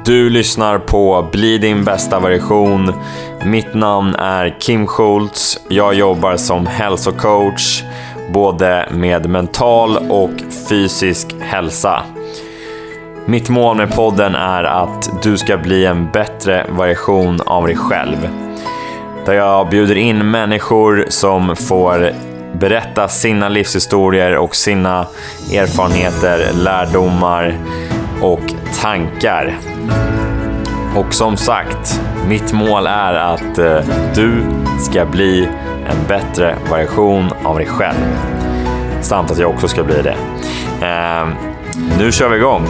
Du lyssnar på Bli din bästa version. Mitt namn är Kim Schultz. Jag jobbar som hälsocoach både med mental och fysisk hälsa. Mitt mål med podden är att du ska bli en bättre version av dig själv. Där jag bjuder in människor som får berätta sina livshistorier och sina erfarenheter, lärdomar och tankar. Och som sagt, mitt mål är att du ska bli en bättre version av dig själv. Samt att jag också ska bli det. Nu kör vi igång.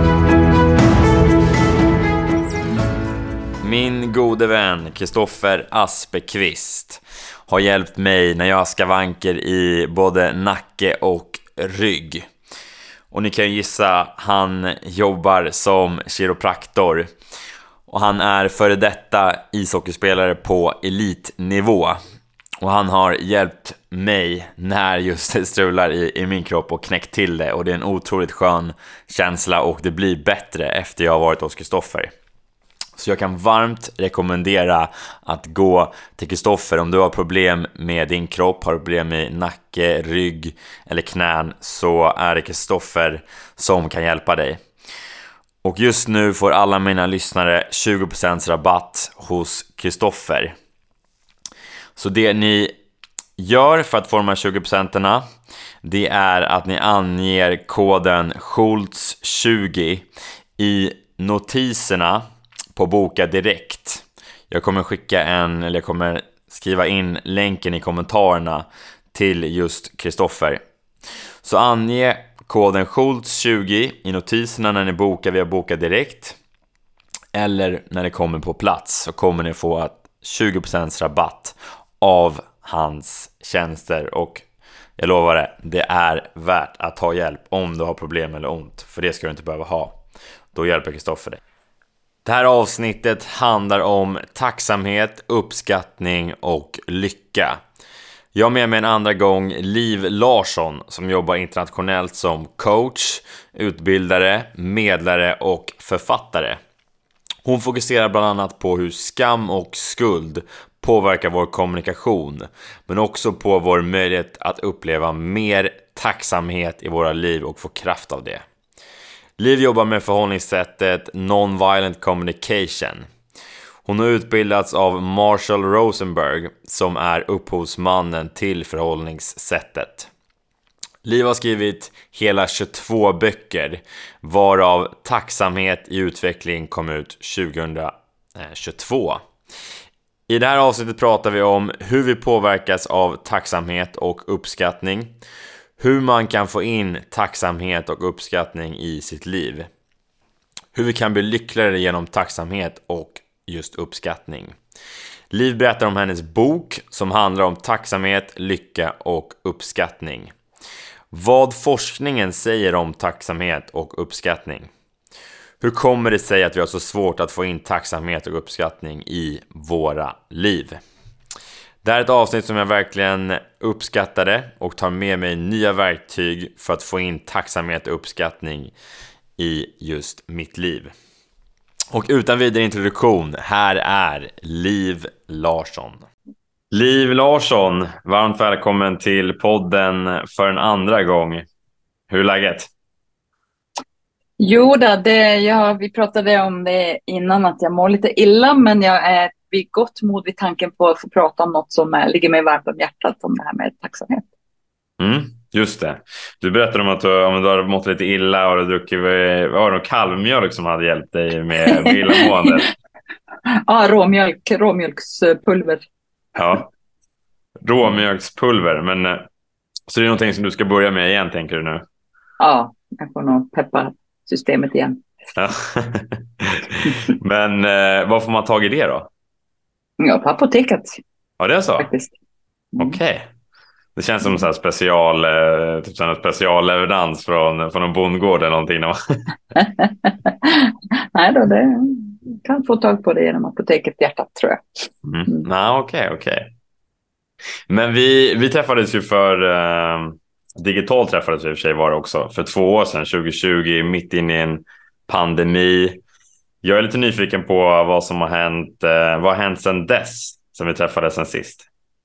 Min gode vän Kristoffer Aspekvist har hjälpt mig när jag har skavanker i både nacke och rygg. Och ni kan gissa, han jobbar som kiropraktor. Och han är före detta ishockeyspelare på elitnivå. Och han har hjälpt mig när just det strular i min kropp och knäckt till det. Och det är en otroligt skön känsla och det blir bättre efter jag har varit hos Kristoffer. Så jag kan varmt rekommendera att gå till Kristoffer om du har problem med din kropp, har problem med nacke, rygg eller knän, så är det Kristoffer som kan hjälpa dig. Och just nu får alla mina lyssnare 20% rabatt hos Kristoffer. Så det ni gör för att få de här 20%, det är att ni anger koden Schultz20 i notiserna på Boka Direkt. Jag kommer skriva in länken i kommentarerna till just Kristoffer. Så ange koden Schultz20 i notiserna när ni bokar via Boka Direkt. Eller när det kommer på plats så kommer ni få 20% rabatt av hans tjänster. Och jag lovar det är värt att ta hjälp om du har problem eller ont. För det ska du inte behöva ha. Då hjälper Kristoffer dig. Det här avsnittet handlar om tacksamhet, uppskattning och lycka. Jag har med mig en andra gång Liv Larsson som jobbar internationellt som coach, utbildare, medlare och författare. Hon fokuserar bland annat på hur skam och skuld påverkar vår kommunikation, men också på vår möjlighet att uppleva mer tacksamhet i våra liv och få kraft av det. Liv jobbar med förhållningssättet Non-Violent Communication. Hon har utbildats av Marshall Rosenberg som är upphovsmannen till förhållningssättet. Liv har skrivit hela 22 böcker, varav Tacksamhet i utveckling kom ut 2022. I det här avsnittet pratar vi om hur vi påverkas av tacksamhet och uppskattning. Hur man kan få in tacksamhet och uppskattning i sitt liv. Hur vi kan bli lyckligare genom tacksamhet och just uppskattning. Liv berättar om hennes bok som handlar om tacksamhet, lycka och uppskattning. Vad forskningen säger om tacksamhet och uppskattning. Hur kommer det sig att vi har så svårt att få in tacksamhet och uppskattning i våra liv? Det här är ett avsnitt som jag verkligen uppskattade och tar med mig nya verktyg för att få in tacksamhet och uppskattning i just mitt liv. Och utan vidare introduktion, här är Liv Larsson. Liv Larsson, varmt välkommen till podden för en andra gång. Hur är läget? Jo, vi pratade om det innan att jag mår lite illa, men jag är vid gott mod vid tanken på att få prata om något som ligger mig varmt om hjärtat, om det här med tacksamhet. Just det. Du berättade om att du har mått lite illa och du druckit kalvmjölk som hade hjälpt dig med illamåendet. Ja, råmjölkspulver. Ja, råmjölkspulver. Men, så det är någonting som du ska börja med igen, tänker du nu? Ja, jag får nog peppa systemet igen. Ja. Men vad får man tag i det då? Ja, på apoteket. Ja, det är så? Faktiskt. Okej. Det känns som en specialleverans från en bondgård eller någonting. Nej då, det kan få tag på det genom apoteket hjärtat, tror jag. Okej. Men vi träffades ju digitalt träffades vi i och för sig var det också, för 2 år sedan, 2020, mitt in i en pandemi. Jag är lite nyfiken på vad som har hänt. Vad har hänt sedan dess, som vi träffades sen sist?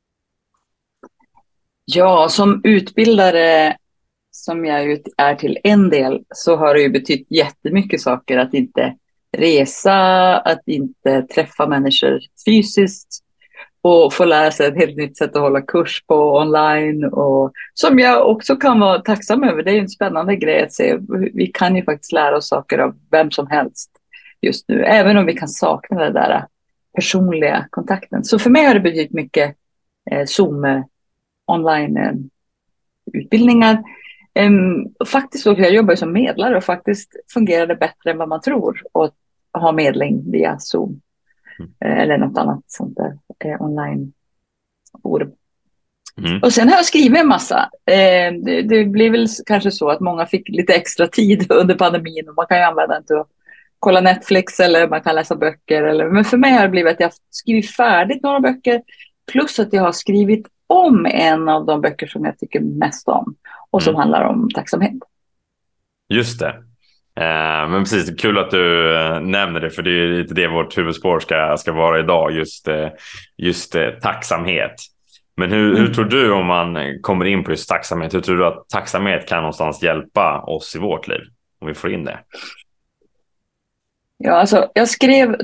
Ja, som utbildare som jag ju är till en del så har det ju betytt jättemycket saker att inte resa, att inte träffa människor fysiskt och få lära sig ett helt nytt sätt att hålla kurs på online och som jag också kan vara tacksam över. Det är ju en spännande grej att se. Vi kan ju faktiskt lära oss saker av vem som helst just nu, även om vi kan sakna den där personliga kontakten. Så för mig har det betytt mycket Zoom online utbildningar. Faktiskt, jag jobbar ju som medlare och faktiskt fungerar det bättre än vad man tror att ha medling via Zoom eller något annat sånt där online-forum. Och sen har jag skrivit en massa. Det blir väl kanske så att många fick lite extra tid under pandemin och man kan ju använda den till att kolla Netflix eller man kan läsa böcker. Men för mig har det blivit att jag har skrivit färdigt några böcker plus att jag har skrivit om en av de böcker som jag tycker mest om och som handlar om tacksamhet. Just det. Men precis, kul att du nämner det, för det är lite det vårt huvudspår ska vara idag, just tacksamhet. Men hur tror du, om man kommer in på just tacksamhet, hur tror du att tacksamhet kan någonstans hjälpa oss i vårt liv, om vi får in det? Ja, alltså jag skrev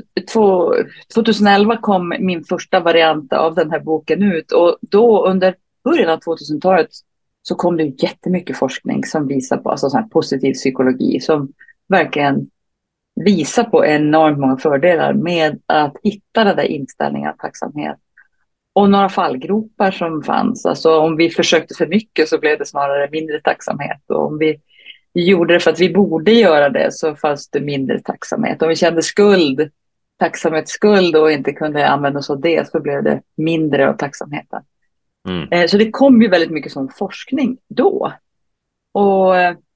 2011 kom min första variant av den här boken ut och då under början av 2000-talet så kom det jättemycket forskning som visar på alltså sån här positiv psykologi som verkligen visar på enormt många fördelar med att hitta den där inställningen av tacksamhet. Och några fallgropar som fanns, alltså om vi försökte för mycket så blev det snarare mindre tacksamhet och om vi gjorde det för att vi borde göra det så fanns det mindre tacksamhet. Om vi kände tacksamhetsskuld och inte kunde använda oss av det så blev det mindre av tacksamheten. Så det kom ju väldigt mycket som forskning då. Och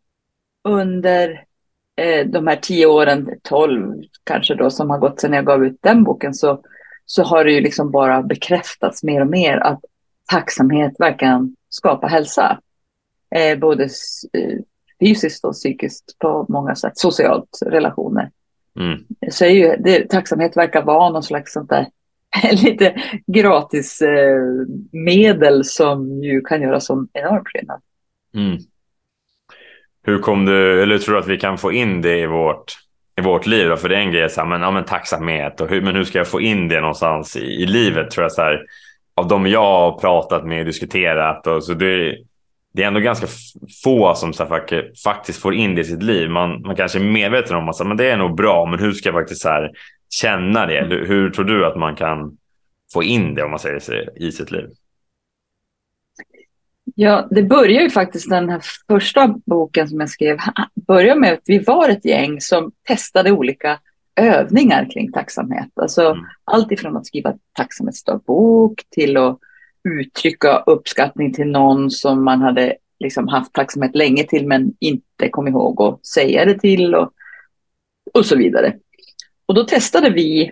under de här 10 åren, 12 kanske då som har gått sedan jag gav ut den boken så har det ju liksom bara bekräftats mer och mer att tacksamhet verkligen skapar hälsa. Både fysiskt och psykiskt på många sätt, socialt, relationer. Så är ju tacksamhet verkar vara någon slags sånt där lite gratis medel som ju kan göra sån enorm skillnad. Hur kom du, eller tror du att vi kan få in det i vårt liv då? För det är en grej så här, men tacksamhet och hur ska jag få in det någonstans i livet, tror jag så här, av de jag har pratat med och diskuterat och så det är ändå ganska få som så här, faktiskt får in det i sitt liv. Man kanske är medveten om att men det är nog bra, men hur ska jag faktiskt så här, känna det? Hur tror du att man kan få in det, om man säger så, i sitt liv? Ja, det börjar ju faktiskt, den här första boken som jag skrev börjar med att vi var ett gäng som testade olika övningar kring tacksamhet. Alltså allt ifrån att skriva tacksamhetsdagbok till att uttrycka uppskattning till någon som man hade liksom haft tacksamhet länge till men inte kom ihåg att säga det till och så vidare. Och då testade vi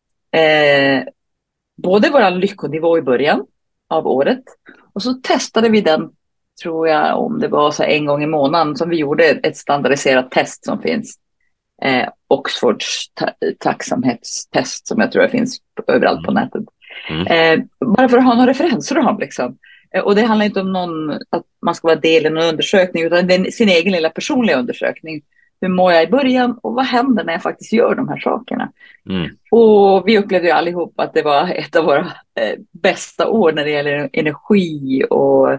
både vår lyckonivå i början av året och så testade vi den, tror jag, om det var så en gång i månaden som vi gjorde ett standardiserat test som finns. Oxfords tacksamhetstest som jag tror finns överallt på nätet. Bara för att ha några referenser att ha liksom. Och det handlar inte om att man ska vara del i någon undersökning utan det är sin egen lilla personliga undersökning. Hur mår jag i början och vad händer när jag faktiskt gör de här sakerna? Och vi upplevde ju allihop att det var ett av våra bästa år när det gäller energi och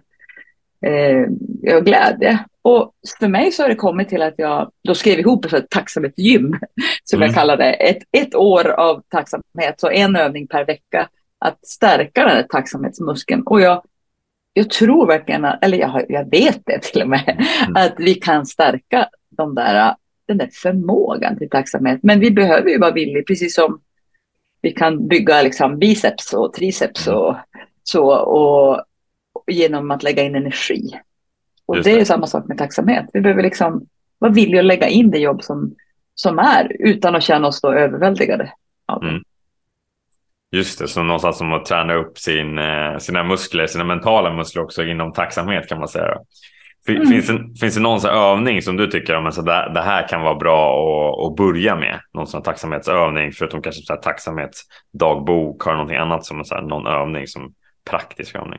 glädje. Och för mig så har det kommit till att jag då skrev ihop ett tacksamhetsgym som jag kallar det. Ett år av tacksamhet, så en övning per vecka att stärka den här tacksamhetsmuskeln. Och jag tror verkligen, eller jag vet det till och med, att vi kan stärka den där förmågan till tacksamhet. Men vi behöver ju vara villiga, precis som vi kan bygga liksom biceps och triceps och så, och genom att lägga in energi. Och det är ju samma sak med tacksamhet. Vi behöver liksom vara villiga att lägga in det jobb som är utan att känna oss då överväldigade av det. Just det, så någonstans som att träna upp sina muskler, sina mentala muskler också inom tacksamhet, kan man säga. Finns det någon sån här övning som du tycker om, så det här kan vara bra att börja med? Någon sån här tacksamhetsövning, förutom kanske så här tacksamhetsdagbok, har någonting annat som så här, någon övning som praktisk övning?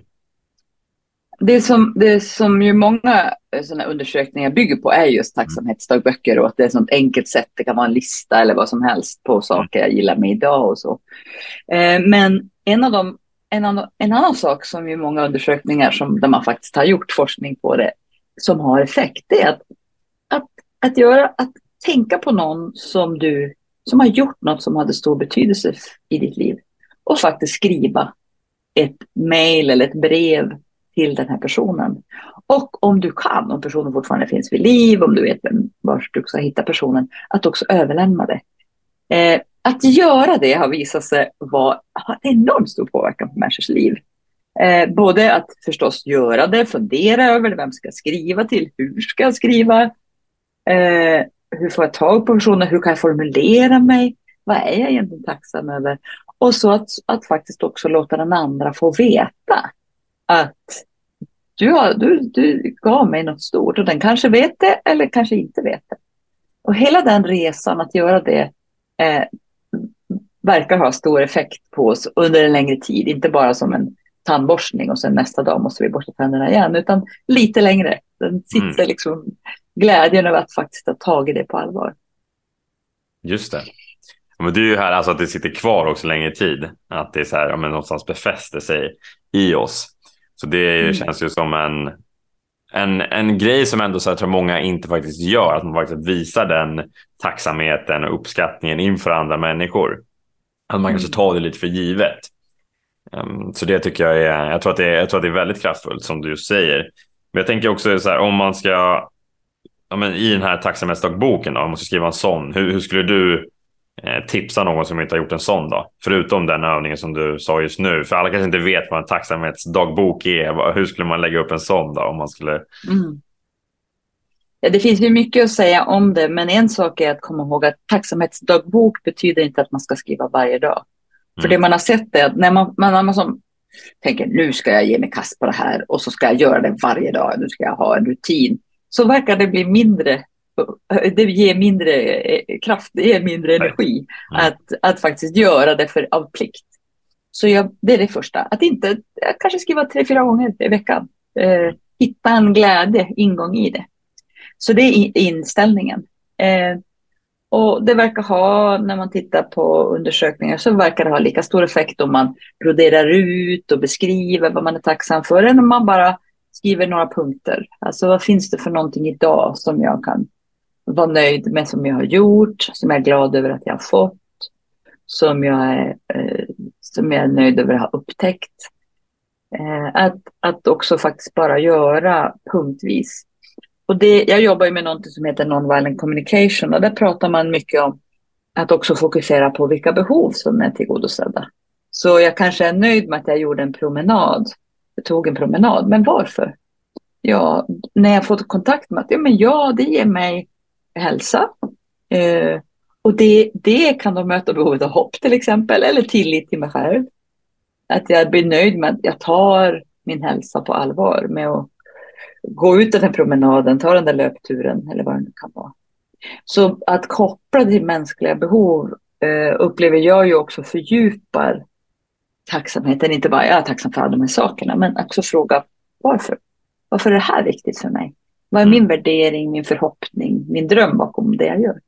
Det som ju många sådana undersökningar bygger på är just tacksamhetsdagböcker, och att det är ett sånt enkelt sätt. Det kan vara en lista eller vad som helst på saker jag gillar med idag och så. Men en annan sak som ju många undersökningar där man faktiskt har gjort forskning på det, som har effekt, det är att tänka på någon som har gjort något som hade stor betydelse i ditt liv, och faktiskt skriva ett mejl eller ett brev till den här personen. Och om personen fortfarande finns vid liv, om du vet var du ska hitta personen, att också överlämna det. Att göra det har visat sig ha enormt stor påverkan på människors liv. Både att förstås göra det, fundera över vem ska jag skriva till, hur ska jag skriva, hur får jag tag på personen, hur kan jag formulera mig, vad är jag egentligen tacksam över, och så att faktiskt också låta den andra få veta att du gav mig något stort, och den kanske vet det eller kanske inte vet det. Och hela den resan att göra det verkar ha stor effekt på oss under en längre tid. Inte bara som en tandborstning och sen nästa dag måste vi borsta tänderna igen, utan lite längre. Den sitter liksom glädjen över att faktiskt ha tagit det på allvar. Just det. Men det är ju här alltså att det sitter kvar också längre tid. Att det är så här, någonstans befäster sig i oss. Så det känns ju som en grej som ändå så här, tror många inte faktiskt gör. Att man faktiskt visar den tacksamheten och uppskattningen inför andra människor. Att man kanske tar det lite för givet. Så det tycker jag tror att det är väldigt kraftfullt, som du säger. Men jag tänker också så här, om man ska i den här tacksamhetsdagboken då, om man ska skriva en sån, hur skulle du tipsa någon som inte har gjort en sån då? Förutom den övningen som du sa just nu. För alla kanske inte vet vad en tacksamhetsdagbok är. Hur skulle man lägga upp en sån då? Om man skulle... Ja, det finns ju mycket att säga om det. Men en sak är att komma ihåg att tacksamhetsdagbok betyder inte att man ska skriva varje dag. För det man har sett är att när man som tänker, nu ska jag ge mig kast på det här och så ska jag göra det varje dag. Nu ska jag ha en rutin. Så verkar det bli mindre. Det ger mindre kraft, det ger mindre energi att faktiskt göra det av plikt. Så det är det första. Att inte kanske skriva 3-4 gånger i veckan. Hitta en ingång i det. Så det är inställningen. Och det verkar när man tittar på undersökningar, så verkar det ha lika stor effekt om man broderar ut och beskriver vad man är tacksam för, än om man bara skriver några punkter. Alltså vad finns det för någonting idag som jag kan vara nöjd med, som jag har gjort, som jag är glad över att jag har fått, som jag är nöjd över att ha upptäckt. Att också faktiskt bara göra punktvis. Och jag jobbar ju med något som heter non-violent communication, och där pratar man mycket om att också fokusera på vilka behov som är tillgodosedda. Så jag kanske är nöjd med att jag gjorde en promenad. Jag tog en promenad, men varför? Ja, när jag fått kontakt med att det ger mig hälsa. Och det kan då möta behovet av hopp till exempel, eller tillit till mig själv. Att jag blir nöjd med att jag tar min hälsa på allvar med att gå ut den här promenaden, ta den där löpturen eller vad det nu kan vara. Så att koppla till mänskliga behov upplever jag ju också fördjupar tacksamheten. Inte bara jag är tacksam för alla de här sakerna, men också fråga varför. Varför är det här viktigt för mig? Vad är min värdering, min förhoppning, min dröm bakom det jag gör?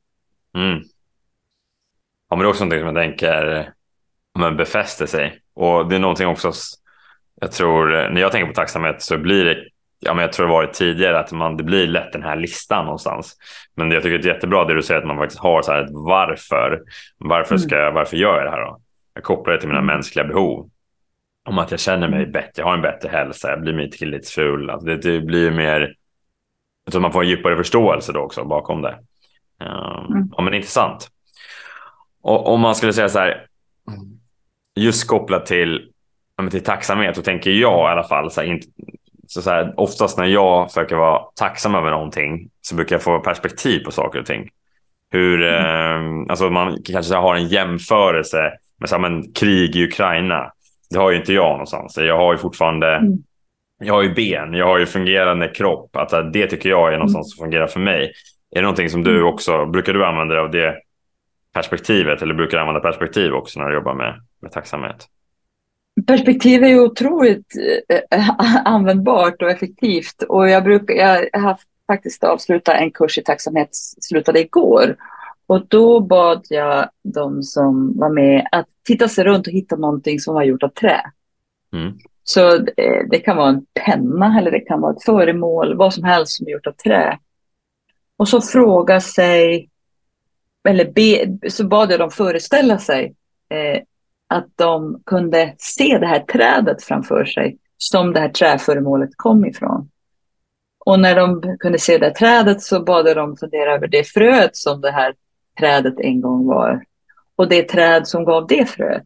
Ja, men det är också någonting som jag tänker befäster sig. Och det är någonting också, jag tror, när jag tänker på tacksamhet så blir det, jag tror det varit tidigare att det blir lätt den här listan någonstans. Men jag tycker det är jättebra det du säger, att man faktiskt har så här ett varför. Varför gör jag det här då? Jag kopplar det till mina mänskliga behov. Om att jag känner mig bättre, jag har en bättre hälsa, jag blir mer tillitsfull. Alltså det blir mer, jag tror man får en djupare förståelse då också bakom det. Ja, men intressant. Och om man skulle säga så här, just kopplat till tacksamhet, så tänker jag i alla fall så här, oftast när jag försöker vara tacksam över någonting så brukar jag få perspektiv på saker och ting. Alltså man kanske har en jämförelse med krig i Ukraina. Det har ju inte jag någonstans. Jag har ju fortfarande jag har ju ben, jag har ju fungerande kropp. Att det tycker jag är Mm. någonstans som fungerar för mig. Är det någonting som du Mm. också, brukar du använda dig av det perspektivet, eller brukar du använda perspektiv också när du jobbar med tacksamhet? Perspektiv är ju otroligt användbart och effektivt. Och jag har faktiskt avslutat en kurs i tacksamhet, slutade igår. Och då bad jag de som var med att titta sig runt och hitta någonting som var gjort av trä. Mm. Så det kan vara en penna eller det kan vara ett föremål, vad som helst som är gjort av trä. Och så fråga sig, så bad jag dem föreställa sig att de kunde se det här trädet framför sig som det här träföremålet kom ifrån. Och när de kunde se det här trädet så bad jag dem fundera över det fröet som det här trädet en gång var. Och det träd som gav det fröet.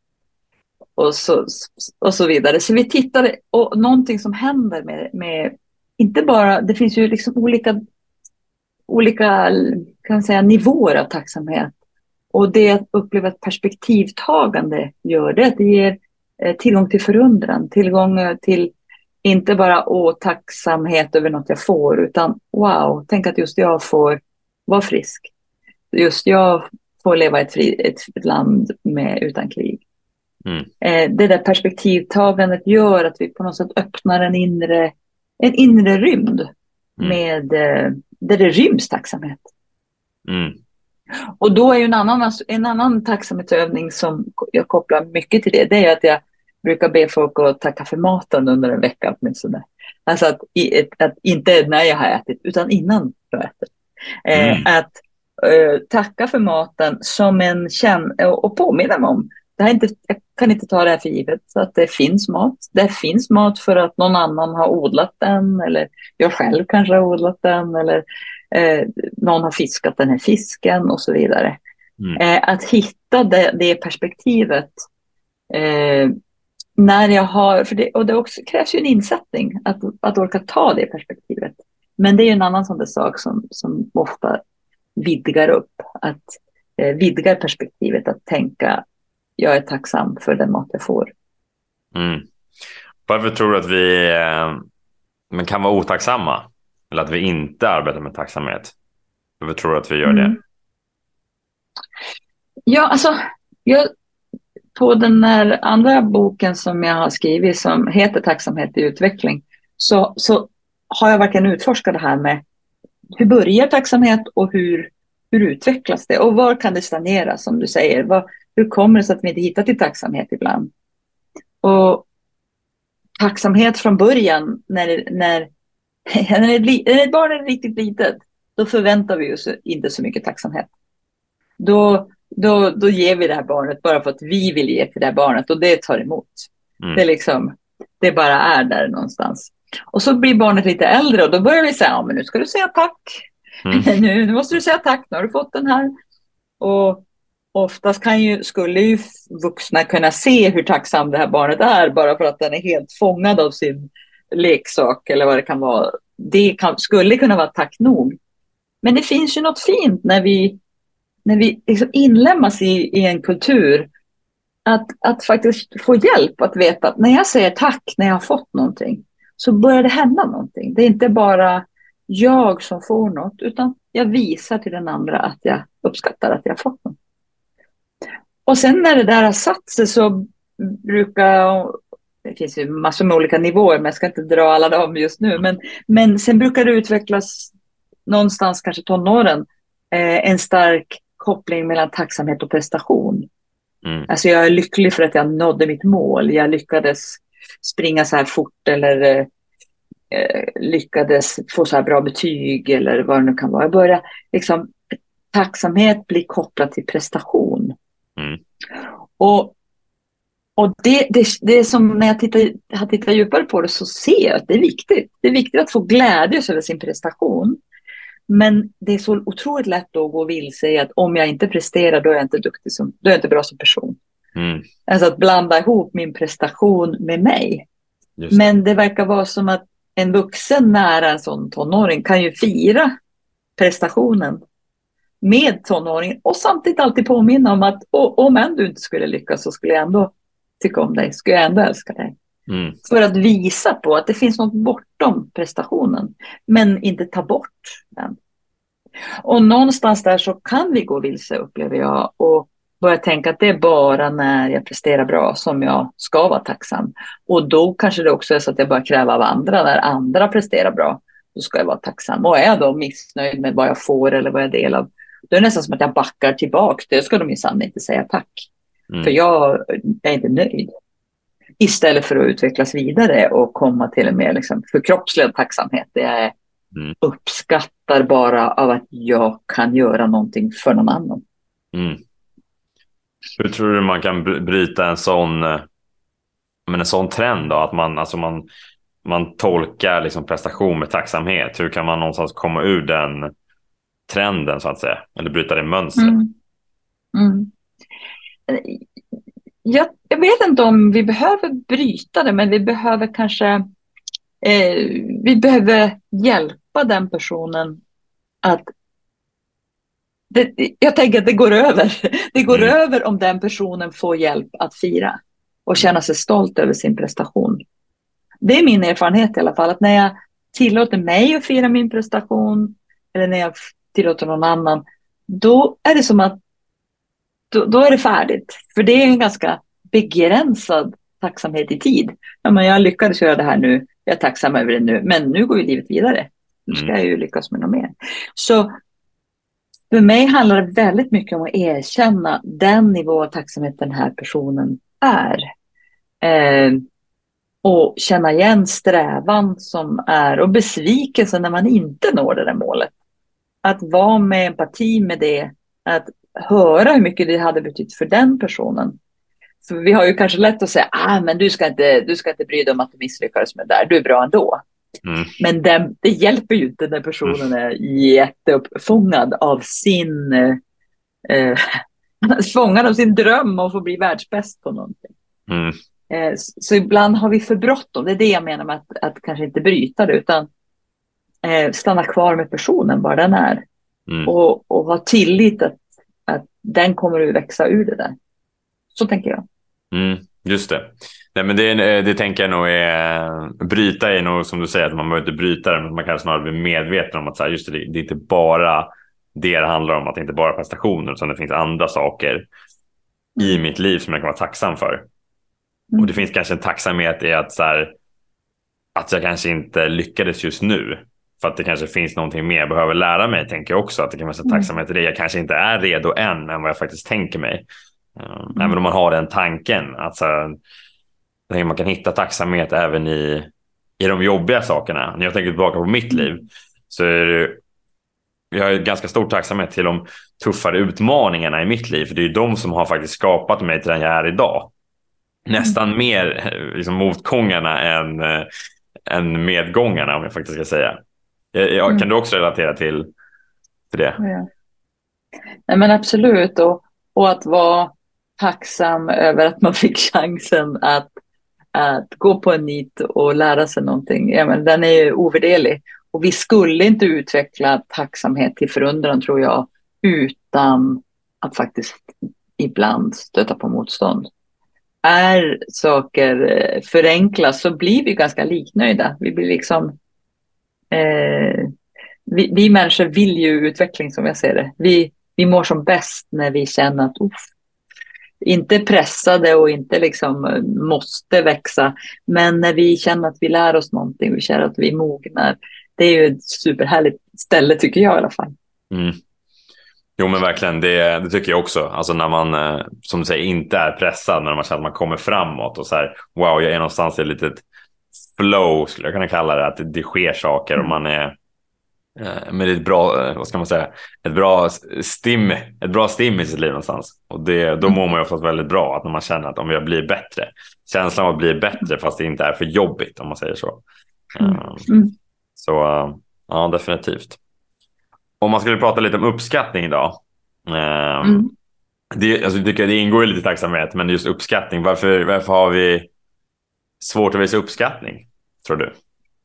Och så vidare. Så vi tittade, och någonting som händer med inte bara, det finns ju liksom olika kan man säga, nivåer av tacksamhet. Och det att uppleva ett perspektivtagande gör det. Att det ger tillgång till förundran, tillgång till inte bara tacksamhet över något jag får, utan wow, tänk att just jag får vara frisk. Just jag får leva i ett land utan krig. Mm. Det där perspektivtagandet gör att vi på något sätt öppnar en inre rymd med där det ryms tacksamhet. Mm. Och då är ju en annan tacksamhetsövning som jag kopplar mycket till det är att jag brukar be folk att tacka för maten under en vecka åtminstone. Alltså att inte när jag har ätit, utan innan jag äter. Att tacka för maten som och påminna mig om. Jag kan inte ta det här för givet, så att det finns mat. Det finns mat för att någon annan har odlat den, eller jag själv kanske har odlat den, eller någon har fiskat den här fisken och så vidare. Att hitta det perspektivet när jag har, och det också krävs ju en insättning att orka ta det perspektivet. Men det är ju en annan sån där sak som ofta vidgar upp, att vidgar perspektivet, att tänka jag är tacksam för den mat jag får. Varför tror du att vi men kan vara otacksamma? Eller att vi inte arbetar med tacksamhet? Varför tror du att vi gör det? Ja, alltså på den här andra boken som jag har skrivit som heter Tacksamhet i utveckling, så har jag verkligen utforskat det här med hur börjar tacksamhet och hur utvecklas det? Och var kan det stagnera, som du säger? Hur kommer det sig att vi inte hittar till tacksamhet ibland? Och tacksamhet från början, när ett barn är riktigt litet, då förväntar vi oss inte så mycket tacksamhet. Då ger vi det här barnet bara för att vi vill ge till det här barnet, och det tar emot. Det bara är där någonstans. Och så blir barnet lite äldre och då börjar vi säga, men nu ska du säga tack. Nu måste du säga tack, nu har du fått den här. Och oftast skulle ju vuxna kunna se hur tacksam det här barnet är bara för att den är helt fångad av sin leksak eller vad det kan vara. Skulle kunna vara tack nog. Men det finns ju något fint när vi liksom inlämnas i en kultur att faktiskt få hjälp att veta att när jag säger tack när jag har fått någonting, så börjar det hända någonting. Det är inte bara jag som får något, utan jag visar till den andra att jag uppskattar att jag har fått något. Och sen när det där har satt sig så det finns ju massor med olika nivåer, men jag ska inte dra alla dem just nu, men sen brukar det utvecklas någonstans, kanske tonåren, en stark koppling mellan tacksamhet och prestation. Alltså jag är lycklig för att jag nådde mitt mål. Jag lyckades springa så här fort, eller lyckades få så här bra betyg, eller vad det nu kan vara. Jag börjar tacksamhet blir kopplat till prestation. Och det är som när jag tittar djupare på det, så ser jag att det är viktigt. Det är viktigt att få glädje över sin prestation. Men det är så otroligt lätt att gå vilse i att om jag inte presterar, då är jag inte duktig, då är jag inte bra som person. Alltså att blanda ihop min prestation med mig. Men det verkar vara som att en vuxen nära en sån tonåring kan ju fira prestationen med tonåringen och samtidigt alltid påminna om att om du inte skulle lyckas, så skulle jag ändå tycka om dig, skulle jag ändå älska dig. Mm. För att visa på att det finns något bortom prestationen, men inte ta bort den. Och någonstans där så kan vi gå vilse, upplever jag, och börja tänka att det är bara när jag presterar bra som jag ska vara tacksam. Och då kanske det också är så att jag börjar kräva av andra, när andra presterar bra, då ska jag vara tacksam. Och är jag då missnöjd med vad jag får eller vad jag är del av, då är det nästan som att jag backar tillbaka. Det ska de minsann inte säga tack. För jag är inte nöjd. Istället för att utvecklas vidare och komma till en mer liksom förkroppsligad tacksamhet. Det är uppskattar bara av att jag kan göra någonting för någon annan. Mm. Hur tror du man kan bryta en sån trend då? Att man tolkar liksom prestation med tacksamhet. Hur kan man någonstans komma ur den trenden så att säga? Eller bryta det mönstret? Jag vet inte om vi behöver bryta det, men vi behöver kanske vi behöver hjälpa den personen att jag tänker att det går över. Det går över om den personen får hjälp att fira och känna sig stolt över sin prestation. Det är min erfarenhet i alla fall, att när jag tillåter mig att fira min prestation eller när jag tillåter någon annan, då är det som att då är det färdigt. För det är en ganska begränsad tacksamhet i tid. Ja, men jag lyckades göra det här nu, jag är tacksam över det nu, men nu går ju livet vidare. Nu ska jag ju lyckas med något mer. Så för mig handlar det väldigt mycket om att erkänna den nivå av tacksamhet den här personen är. Och känna igen strävan som är och besvikelsen när man inte når det där målet. Att vara med empati med det, att höra hur mycket det hade betytt för den personen. För vi har ju kanske lätt att säga, men du ska inte bry dig om att du misslyckades med det där, du är bra ändå. Men det hjälper ju inte när personen är jätteuppfångad av fångad av sin dröm om att få bli världsbäst på någonting. Så ibland har vi för bråttom. Det är det jag menar med att kanske inte bryta det, utan stanna kvar med personen var den är. Och ha tillit att den kommer att växa ur det där. Så tänker jag. Just det. Nej, men det tänker jag nog är, bryta är nog som du säger, att man behöver inte bryta det, men man kan snarare bli medveten om att så här, just det är inte bara det handlar om, att det inte bara är prestationer, utan det finns andra saker i mitt liv som jag kan vara tacksam för. Och det finns kanske en tacksamhet i att så här, att jag kanske inte lyckades just nu, för att det kanske finns någonting mer jag behöver lära mig, tänker jag också, att det kan vara tacksamhet i det. Jag kanske inte är redo än vad jag faktiskt tänker mig. Även om man har den tanken, alltså, jag tänker man kan hitta tacksamhet även i de jobbiga sakerna. När jag tänker tillbaka på mitt liv, så är det, jag har ganska stor tacksamhet till de tuffare utmaningarna i mitt liv, för det är ju de som har faktiskt skapat mig till den jag är idag. Nästan mer liksom motgångarna än medgångarna, om jag faktiskt ska säga. Kan du också relatera till det? Ja. Nej, men absolut, och att vara tacksam över att man fick chansen att gå på en nit och lära sig någonting. Ja, men den är ju ovärderlig. Och vi skulle inte utveckla tacksamhet till förundran, tror jag, utan att faktiskt ibland stöta på motstånd. Är saker förenklas så blir vi ganska liknöjda. Vi blir liksom vi människor vill ju utveckling, som jag ser det. Vi mår som bäst när vi känner att inte pressade och inte liksom måste växa, men när vi känner att vi lär oss någonting, vi känner att vi mognar. Det är ju ett superhärligt ställe, tycker jag i alla fall. Jo, men verkligen, det tycker jag också. Alltså när man, som du säger, inte är pressad, när man känner att man kommer framåt och så här, wow, jag är någonstans i ett litet flow, skulle jag kunna kalla det, att det sker saker och man är med ett bra, vad ska man säga, ett bra stim i sitt liv någonstans. Och då mår man ju oftast väldigt bra, att när man känner att om jag blir bättre, känslan av att bli bättre fast det inte är för jobbigt, om man säger så. Så ja, definitivt. Om man skulle prata lite om uppskattning idag, alltså, jag tycker det ingår ju lite tacksamhet, men just uppskattning, varför har vi svårt att visa uppskattning, tror du?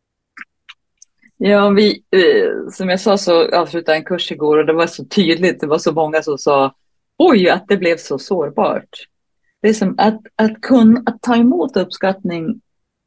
Ja, som jag sa så avslutade en kurs igår och det var så tydligt, det var så många som sa oj, att det blev så sårbart. Det är som att ta emot uppskattning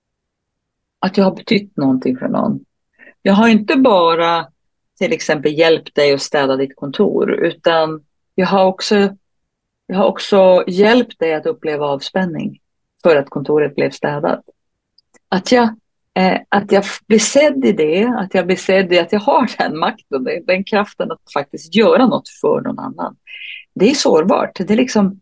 att jag har betytt någonting för någon. Jag har inte bara till exempel hjälpt dig att städa ditt kontor, utan jag har också hjälpt dig att uppleva avspänning för att kontoret blev städat. Att jag blir sedd i det, att jag blir sedd i att jag har den makten, den kraften att faktiskt göra något för någon annan. Det är sårbart. Det är liksom,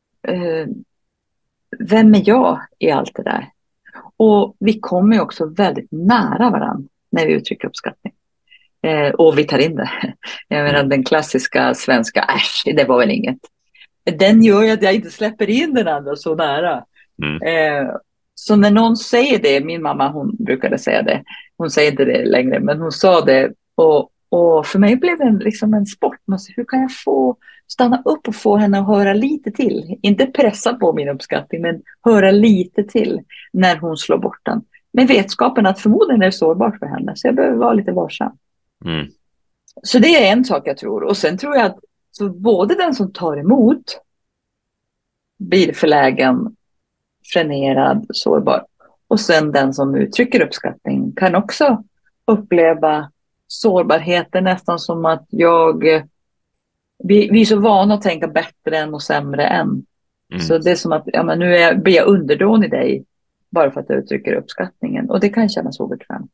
vem är jag i allt det där? Och vi kommer ju också väldigt nära varandra när vi uttrycker uppskattning. Och vi tar in det. Jag menar den klassiska svenska, det var väl inget. Den gör ju att jag inte släpper in den andra så nära. Så när någon säger det, min mamma hon brukade säga det, hon säger inte det längre, men hon sa det, och för mig blev det liksom en sport. Hur kan jag få stanna upp och få henne att höra lite till, inte pressa på min uppskattning, men höra lite till när hon slår bort den, med vetskapen att förmodligen är det sårbart för henne, så jag behöver vara lite varsam. Så det är en sak jag tror, och sen tror jag att så både den som tar emot blir förlägen, frenerad, sårbar. Och sen den som uttrycker uppskattning kan också uppleva sårbarheten nästan som att vi är så vana att tänka bättre än och sämre än. Så det är som att nu blir jag underdånig i dig bara för att jag uttrycker uppskattningen. Och det kan kännas obekvämt.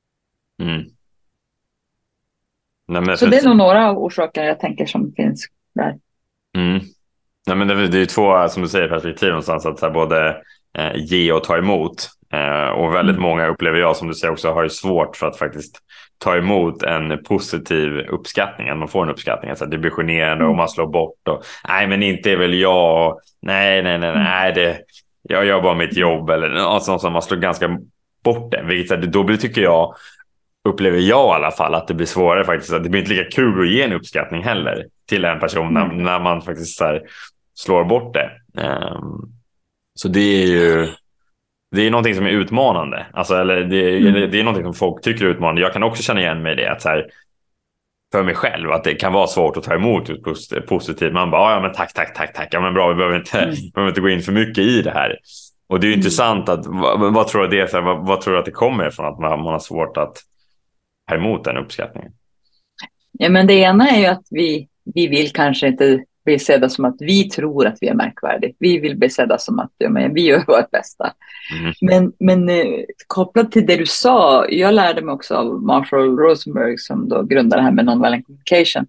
Så det är nog några orsaker jag tänker som finns där. Nej, men det är ju två, som du säger, perspektiv någonstans, att så här, både ge och ta emot. Och väldigt många, upplever jag, som du säger också, har ju svårt för att faktiskt ta emot en positiv uppskattning, att man får en uppskattning. Alltså, det blir generande och man slår bort och nej, men inte är väl jag, nej, jag gör bara mitt jobb eller något sånt, som man slår ganska bort det. Vilket då blir, tycker jag, upplever jag i alla fall, att det blir svårare faktiskt. Att det blir inte lika kul att ge en uppskattning heller till en person när man faktiskt så här slår bort det. Så det är någonting som är utmanande. Alltså, eller det är någonting som folk tycker är utmanande. Jag kan också känna igen mig i det, att så här, för mig själv, att det kan vara svårt att ta emot positivt. Man bara, ja men tack. Ja men bra, vi behöver inte gå in för mycket i det här. Och det är ju intressant att, vad tror du det är, vad tror du att det kommer ifrån att man har svårt att ta emot den uppskattningen? Ja, men det ena är ju att vi vill kanske inte bli sedda som att vi tror att vi är märkvärdiga. Vi vill bli sedda som att vi gör vårt bästa. Men kopplat till det du sa, jag lärde mig också av Marshall Rosenberg, som då grundade det här med nonviolent communication.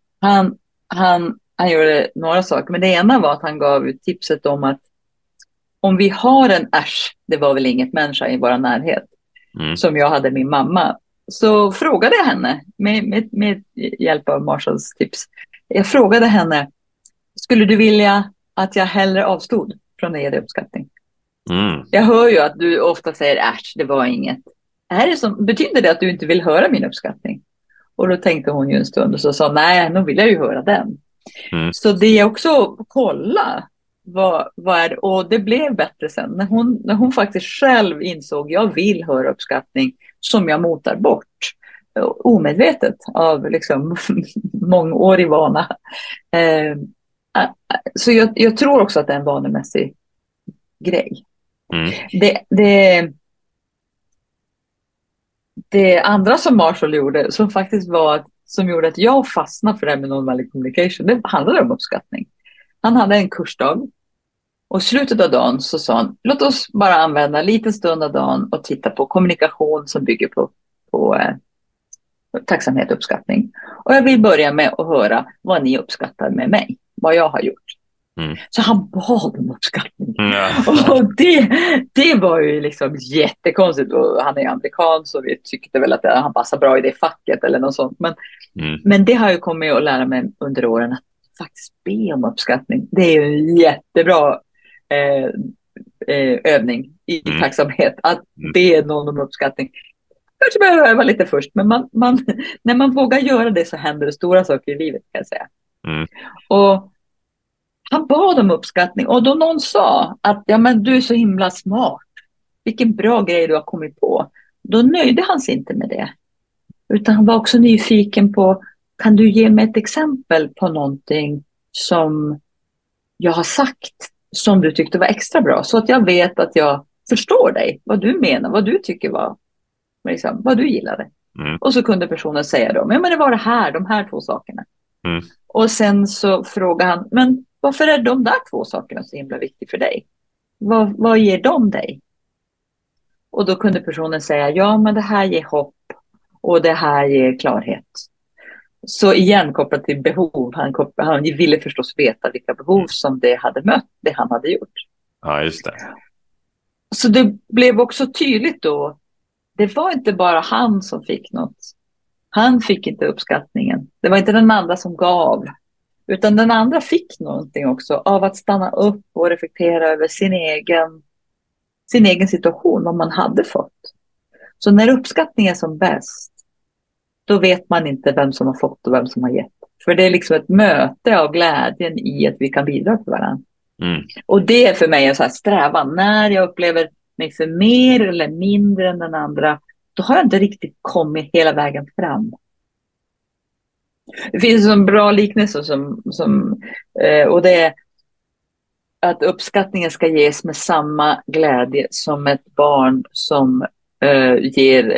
Han gjorde några saker, men det ena var att han gav tipset om att om vi har en det var väl inget människa i vår närhet, som jag hade min mamma, så frågade jag henne med hjälp av Marshalls tips. Jag frågade henne, skulle du vilja att jag hellre avstod från att ge dig uppskattning? Jag hör ju att du ofta säger det var inget. Betyder det att du inte vill höra min uppskattning? Och då tänkte hon ju en stund och så sa, nej, nu vill jag ju höra den. Så det är också kolla vad är det? Och det blev bättre sen när hon faktiskt själv insåg, jag vill höra uppskattning som jag motar bort omedvetet av liksom mångårig vana. Så jag tror också att det är en vanemässig grej. Det andra som Marshall gjorde, som faktiskt som gjorde att jag fastnade för det här med nonviolent communication, det handlade om uppskattning. Han hade en kursdag och i slutet av dagen så sa han, låt oss bara använda en liten stund av dagen och titta på kommunikation som bygger på tacksamhet och uppskattning. Och jag vill börja med att höra vad ni uppskattar med mig, vad jag har gjort. Så han bad om uppskattning. Och det var ju liksom jättekonstigt. Och han är amerikan, så vi tyckte väl att han passar bra i det facket eller något sånt. Men det har ju kommit att lära mig under åren, att faktiskt be om uppskattning. Det är ju en jättebra övning i tacksamhet, att be någon om uppskattning. Kanske behöver öva lite först, men när man vågar göra det så händer det stora saker i livet, kan jag säga. Och han bad om uppskattning, och då någon sa att ja, men du är så himla smart, vilken bra grej du har kommit på, då nöjde han sig inte med det, utan han var också nyfiken på, kan du ge mig ett exempel på någonting som jag har sagt som du tyckte var extra bra, så att jag vet att jag förstår dig, vad du menar, vad du tycker var, liksom, vad du gillade. Mm. Och så kunde personen säga då, men det var det här, de här två sakerna. Mm. Och sen så frågar han, men varför är de där två sakerna så himla viktiga för dig? Vad ger de dig? Och då kunde personen säga, ja men det här ger hopp och det här ger klarhet. Så igen kopplat till behov, han ville förstås veta vilka behov som det hade mött, det han hade gjort. Ja, just det. Så det blev också tydligt då, det var inte bara han som fick något. Han fick inte uppskattningen. Det var inte den andra som gav. Utan den andra fick någonting också av att stanna upp och reflektera över sin egen situation, vad man hade fått. Så när uppskattningen är som bäst, då vet man inte vem som har fått och vem som har gett. För det är liksom ett möte av glädjen i att vi kan bidra till varandra. Mm. Och det är för mig en så här strävan. När jag upplever mig för mer eller mindre än den andra, då har jag inte riktigt kommit hela vägen fram. Det finns en bra liknelse och det är att uppskattningen ska ges med samma glädje som ett barn som ger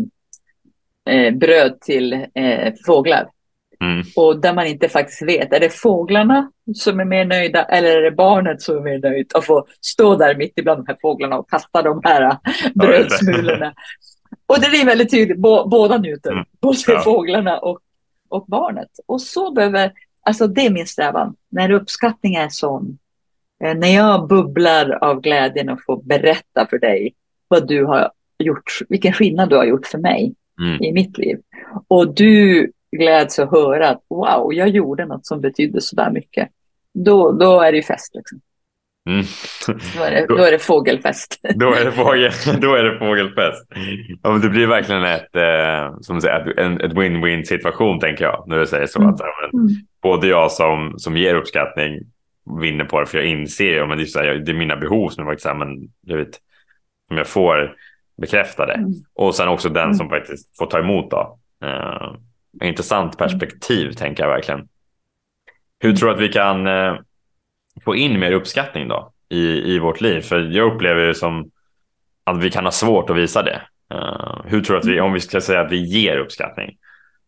bröd till fåglar. Mm. Och där man inte faktiskt vet, är det fåglarna som är mer nöjda eller är det barnet som är mer nöjd att få stå där mitt ibland de här fåglarna och kasta de här brödsmulorna. Och det är väldigt tydligt, båda njuter, både fåglarna och barnet. Och så behöver, alltså det är min strävan, när uppskattning är sån, när jag bubblar av glädjen och får berätta för dig vad du har gjort, vilken skillnad du har gjort för mig i mitt liv. Och du gläds att höra att wow, jag gjorde något som betydde så där mycket. Då är det ju fest liksom. Mm. Då är det fågelfest. Då är det fågelfest. Ja, men det blir verkligen som säger, ett win-win situation, tänker jag, när du säger så. Att, både jag som ger uppskattning vinner på det, för jag inser men det är, så här, det är mina behov som som jag får bekräftade. Och sen också den som faktiskt får ta emot då. Intressant perspektiv, tänker jag verkligen. Hur tror du att vi kan få in mer uppskattning då i vårt liv? För jag upplever det som att vi kan ha svårt att visa det. Hur tror du att om vi ska säga att vi ger uppskattning?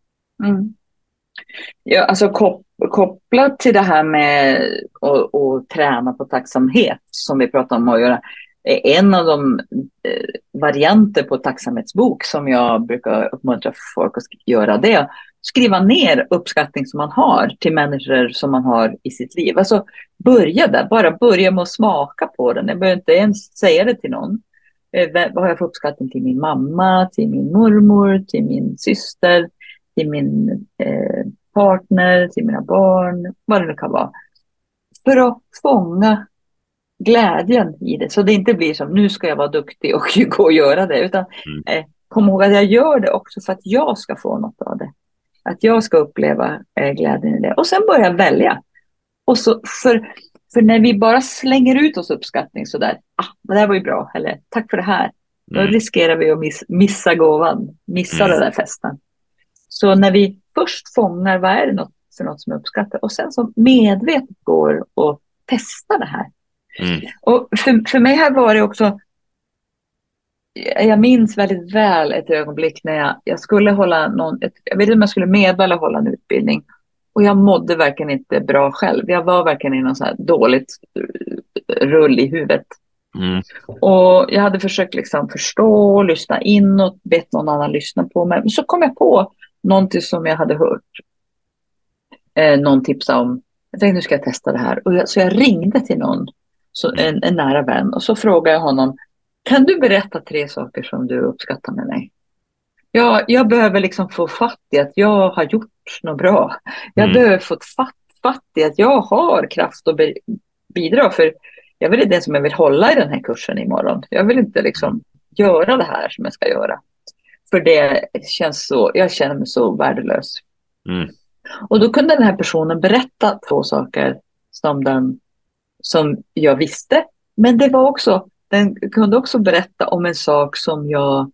Ja, alltså kopplat till det här med att träna på tacksamhet som vi pratar om att göra, en av de varianter på tacksamhetsbok som jag brukar uppmuntra folk att göra, det är att skriva ner uppskattning som man har till människor som man har i sitt liv. Alltså börja där, bara börja med att smaka på den. Jag behöver inte ens säga det till någon. Vad har jag för uppskattning till min mamma, till min mormor, till min syster, till min partner, till mina barn, vad det nu kan vara. För att fånga glädjen i det. Så det inte blir som, nu ska jag vara duktig och gå och göra det. Utan kom ihåg att jag gör det också för att jag ska få något av det. Att jag ska uppleva glädjen i det. Och sen börja välja. Och så, för när vi bara slänger ut oss uppskattning sådär, det här var ju bra, eller tack för det här. Då riskerar vi att missa gåvan, missa den där festen. Så när vi först fångar, vad är det för något som jag uppskattar? Och sen så medvetet går och testar det här. Och för mig här var det också, jag minns väldigt väl ett ögonblick när jag skulle hålla jag vet inte om jag skulle medla eller hålla en utbildning. Och jag mådde verkligen inte bra själv. Jag var verkligen i någon så här dåligt rull i huvudet. Och jag hade försökt liksom förstå, lyssna in och bett någon annan lyssna på mig. Men så kom jag på någonting som jag hade hört. Någon tipsa om. Jag tänkte, nu ska jag testa det här. Så jag ringde till någon, en nära vän. Och så frågade jag honom, kan du berätta 3 saker som du uppskattar med mig? Jag behöver liksom få fatt i att jag har gjort något bra. Jag behöver få fatt i att jag har kraft att bidra. För jag vill inte den som jag vill hålla i den här kursen imorgon. Jag vill inte liksom göra det här som jag ska göra. För det känns så, jag känner mig så värdelös. Och då kunde den här personen berätta 2 saker som jag visste. Men det var också, den kunde också berätta om en sak som jag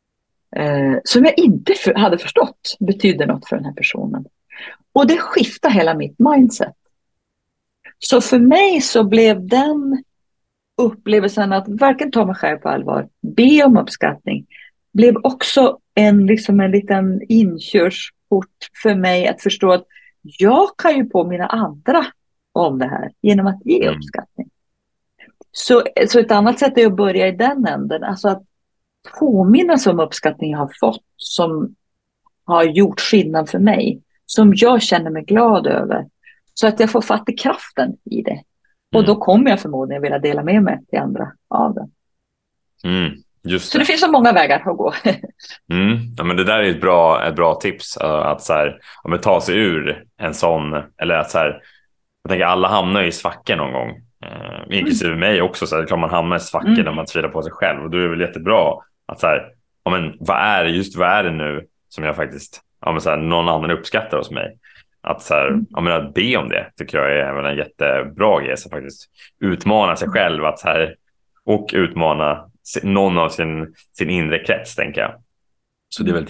inte hade förstått betydde något för den här personen. Och det skiftade hela mitt mindset. Så för mig så blev den upplevelsen att varken ta mig själv på allvar, be om uppskattning, blev också en liten inkörsport för mig att förstå att jag kan ju påminna andra om det här genom att ge Mm. uppskattning. Så ett annat sätt är att börja i den änden, alltså att påminnas om uppskattning jag har fått som har gjort skillnad för mig, som jag känner mig glad över, så att jag får fatt i kraften i det. Och då kommer jag förmodligen vilja dela med mig till andra av det. Just Så det. det finns så många vägar att gå. Ja, men det där är ett bra tips, att så här, om man tar sig ur en sån, eller att så här, jag tänker alla hamnar i svackor någon gång, inklusive mig också, så här, det är klart man hamnar i svackor när man tvivlar på sig själv, och då är det väl jättebra att så här, ja, men vad är det nu som jag faktiskt, ja, men så här, någon annan uppskattar hos mig, att så här, ja, men att be om det tycker jag är väl en jättebra grej, så faktiskt utmana sig själv att så här, och utmana någon av sin inre krets, tänker jag. Så det är väl ett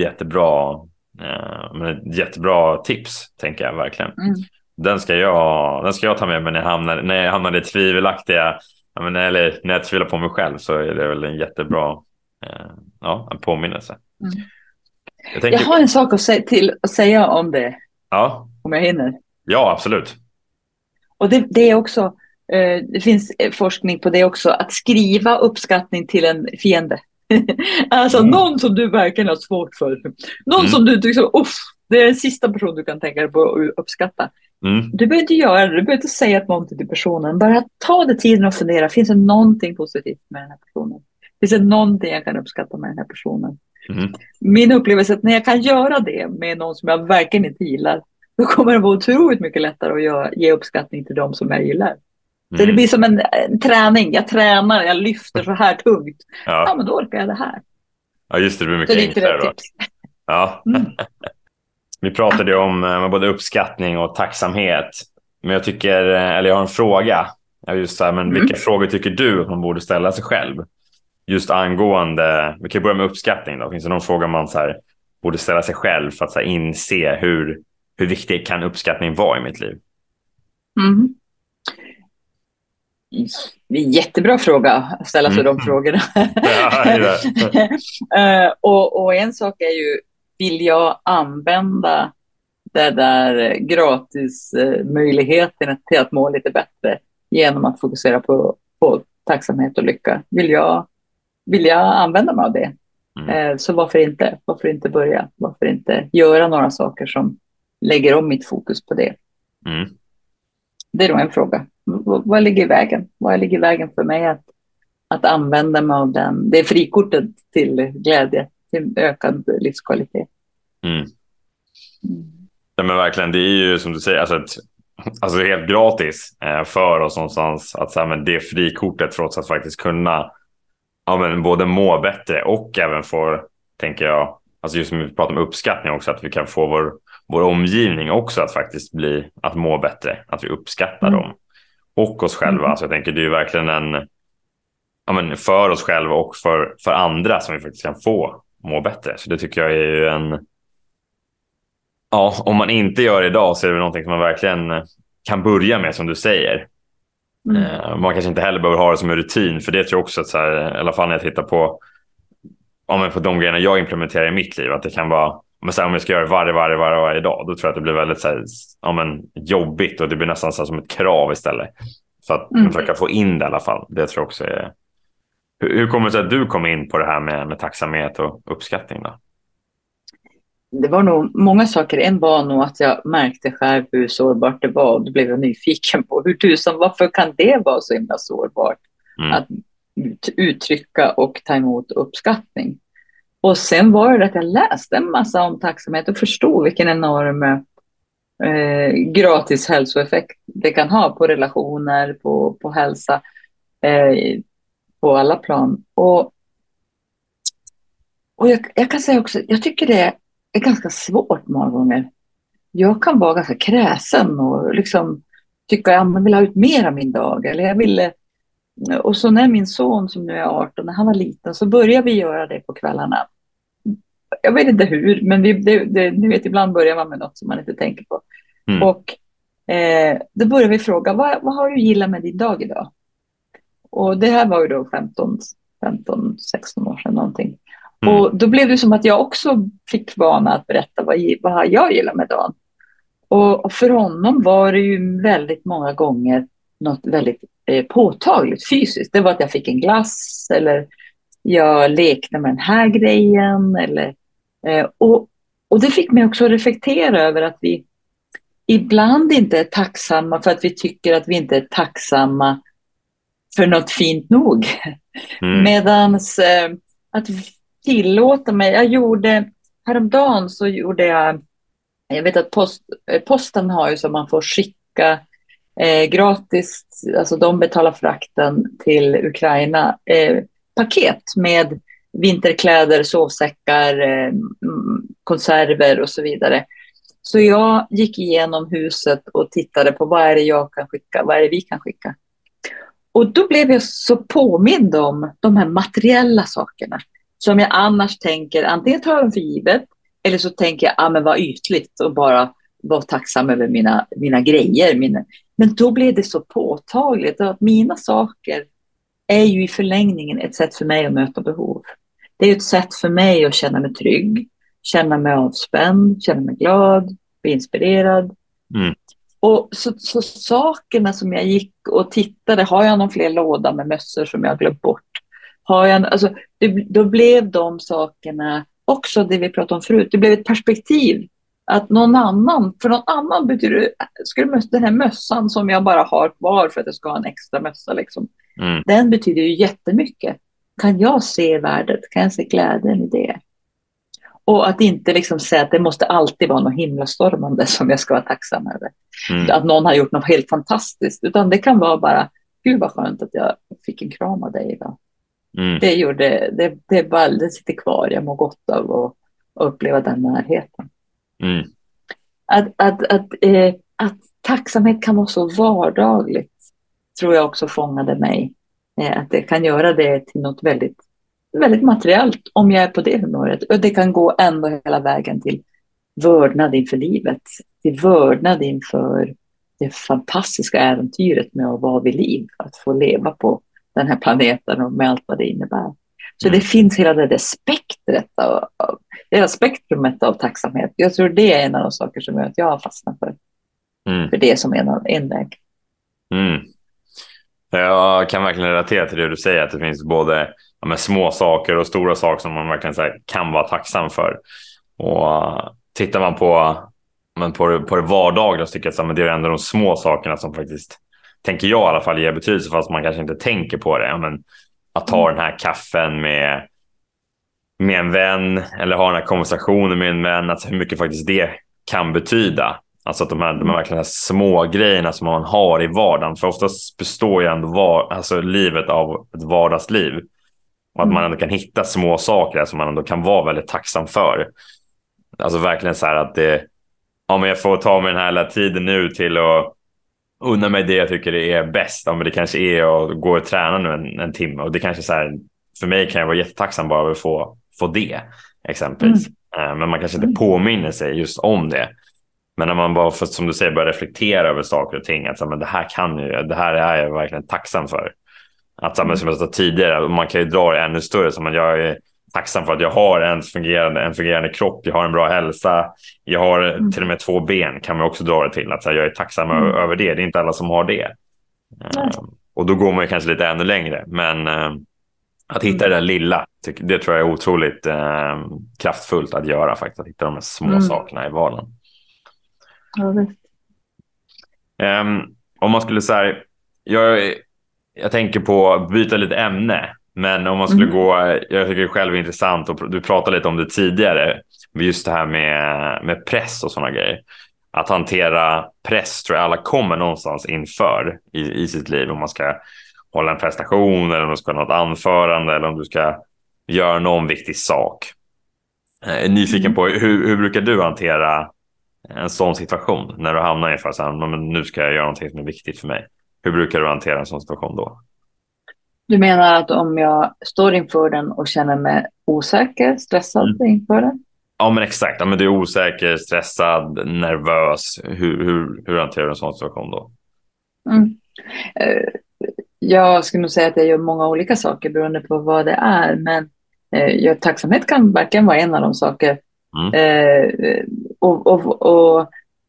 jättebra tips, tänker jag verkligen. Den ska jag ta med mig när jag hamnar i tvivelaktiga, eller när jag tvivlar på mig själv, så är det väl en jättebra en påminnelse. Jag har en sak att säga om det. Ja. Om jag hinner. Ja, absolut. Och det är också, det finns forskning på det också, att skriva uppskattning till en fiende. Alltså någon som du verkligen har svårt för. Någon som du tycker så, det är den sista person du kan tänka dig på att uppskatta. Du behöver inte göra det, du behöver inte säga någonting till personen. Bara ta det tiden och fundera, finns det någonting positivt med den här personen? Finns det någonting jag kan uppskatta med den här personen? Min upplevelse är att när jag kan göra det med någon som jag verkligen inte gillar, då kommer det vara otroligt mycket lättare att ge uppskattning till dem som jag gillar. Så det blir som en träning. Jag tränar, jag lyfter så här tungt. Ja, men då orkar jag det här. Ja, just det, det blir mycket enklare då. Ja. Vi pratade om både uppskattning och tacksamhet. Men jag har en fråga. Just så här, men vilka frågor tycker du att man borde ställa sig själv? Just angående, vi kan börja med uppskattning då. Finns det någon fråga man så här borde ställa sig själv för att så här inse hur viktig kan uppskattning vara i mitt liv? Det är en jättebra fråga att ställa sig de frågorna. Och en sak är ju, vill jag använda det där gratis möjligheten till att må lite bättre genom att fokusera på tacksamhet och lycka? Vill jag använda mig av det? Så varför inte? Varför inte börja? Varför inte göra några saker som lägger om mitt fokus på det? Det är då en fråga. Vad ligger i vägen? Vad ligger i vägen för mig att använda mig av det är frikortet till glädje, till ökad livskvalitet. Ja, men verkligen, det är ju som du säger, alltså helt gratis för oss någonstans att så här, men det frikortet för oss att faktiskt kunna både må bättre och även få, tänker jag, alltså just som vi pratar om uppskattning också, att vi kan få vår omgivning också att faktiskt att må bättre, att vi uppskattar dem och oss själva. Så jag tänker det är ju verkligen för oss själva och för andra som vi faktiskt kan få må bättre. Så det tycker jag är ju om man inte gör det idag så är det någonting som man verkligen kan börja med, som du säger. Man kanske inte heller behöver ha det som en rutin, för det tror jag också att så här, i alla fall när jag tittar på på de grejerna jag implementerar i mitt liv, att det kan vara, men så här, om jag ska göra varje dag, då tror jag att det blir väldigt så här, jobbigt, och det blir nästan så här, som ett krav istället för att försöka få in det i alla fall. Det tror jag också är. Hur kommer det sig att du kom in på det här med tacksamhet och uppskattning då? Det var nog många saker. En var nog att jag märkte själv hur sårbart det var. Då blev jag nyfiken på varför kan det vara så himla sårbart att uttrycka och ta emot uppskattning. Och sen var det att jag läste en massa om tacksamhet och förstod vilken enorm gratis hälsoeffekt det kan ha på relationer, på hälsa, på alla plan. Och jag kan säga också, jag tycker det är ganska svårt många gånger. Jag kan vara ganska kräsen och liksom tycka att jag vill ha ut mer av min dag. Eller jag ville. Och så när min son som nu är 18, när han var liten, så började vi göra det på kvällarna. Jag vet inte hur, men ni vet, ibland börjar man med något som man inte tänker på. Och då börjar vi fråga, vad har du gillat med din dag idag? Och det här var ju då 16 år sedan någonting. Mm. Och då blev det som att jag också fick vana att berätta vad jag gillar med dagen. Och för honom var det ju väldigt många gånger något väldigt påtagligt fysiskt. Det var att jag fick en glass eller jag lekte med den här grejen. Och det fick mig också reflektera över att vi ibland inte är tacksamma för att vi tycker att vi inte är tacksamma för något fint nog. Mm. Medans att tillåta mig, häromdagen så gjorde jag vet att posten har ju så man får skicka gratis, alltså de betalar frakten till Ukraina, paket med vinterkläder, sovsäckar, konserver och så vidare. Så jag gick igenom huset och tittade på vad är det jag kan skicka, vad är det vi kan skicka. Och då blev jag så påmind om de här materiella sakerna som jag annars tänker, antingen tar jag dem för givet eller så tänker jag, men vad ytligt och bara vara tacksam över mina grejer. Men då blev det så påtagligt att mina saker är ju i förlängningen ett sätt för mig att möta behov. Det är ett sätt för mig att känna mig trygg, känna mig avspänd, känna mig glad, bli inspirerad. Mm. Och så sakerna som jag gick och tittade, har jag någon fler låda med mössor som jag glömt bort? Då blev de sakerna också det vi pratade om förut. Det blev ett perspektiv att för någon annan betyder den här mössan som jag bara har kvar för att jag ska ha en extra mössa liksom. Den betyder ju jättemycket. Kan jag se värdet? Kan jag se glädjen i det? Och att inte liksom säga att det måste alltid vara något himlastormande som jag ska vara tacksam över. Att någon har gjort något helt fantastiskt. Utan det kan vara bara, gud vad skönt att jag fick en kram av dig idag. Det sitter kvar, jag mår gott av att uppleva den närheten. Att tacksamhet kan vara så vardagligt tror jag också fångade mig. Att det kan göra det till något väldigt, väldigt materiellt om jag är på det humöret. Och det kan gå ändå hela vägen till vördnad inför livet. Till vördnad inför det fantastiska äventyret med att vara vid liv. Att få leva på den här planeten och med allt vad det innebär. Så det finns hela det där spektrumet av tacksamhet. Jag tror det är en av de saker som jag har fastnat för. För det som en väg. Jag kan verkligen relatera till det du säger, att det finns både små saker och stora saker som man verkligen kan vara tacksam för. Och tittar man på det vardagliga så tycker jag att det är ändå de små sakerna som faktiskt, tänker jag i alla fall, ger betydelse fast man kanske inte tänker på det. Men att ta den här kaffen med en vän eller ha den här konversationen med en vän, alltså hur mycket faktiskt det kan betyda. Alltså att de här verkligen små grejerna som man har i vardagen. För oftast består ju ändå livet av ett vardagsliv. Och att man ändå kan hitta små saker som man ändå kan vara väldigt tacksam för. Alltså verkligen så här att men jag får ta mig den här hela tiden nu till att unna mig det jag tycker det är bäst. Men det kanske är att gå och träna nu en timme. Och det kanske så här, för mig kan jag vara jättetacksam bara över att få det exempelvis. Men man kanske inte påminner sig just om det. Men när man bara, som du säger, börjar reflektera över saker och ting, att men det här är jag verkligen tacksam för. Att som jag sa tidigare, man kan ju dra det ännu större, som att jag är tacksam för att jag har en fungerande kropp, jag har en bra hälsa, jag har till och med 2 ben, kan man också dra det till. Att jag är tacksam över det. Det är inte alla som har det. Och då går man ju kanske lite ännu längre. Men att hitta det där lilla, det tror jag är otroligt kraftfullt att göra faktiskt. Att hitta de här små sakerna i vardagen. Om man skulle säga, jag tänker på att byta lite ämne, men om man skulle gå, jag tycker det själv är intressant, och du pratade lite om det tidigare, just det här med press och sådana grejer. Att hantera press tror jag alla kommer någonstans inför i sitt liv, om man ska hålla en prestation eller om du ska ha något anförande eller om du ska göra någon viktig sak. Jag är nyfiken på hur brukar du hantera en sån situation när du hamnar inför så här, men nu ska jag göra någonting som är viktigt för mig. Hur brukar du hantera en sån situation då? Du menar att om jag står inför den och känner mig osäker, stressad inför den? Ja, men exakt. Ja, men du är osäker, stressad, nervös. Hur hanterar du en sån situation då? Jag skulle nog säga att jag gör många olika saker beroende på vad det är. Men tacksamhet kan verkligen vara en av de saker. Mm. Eh, och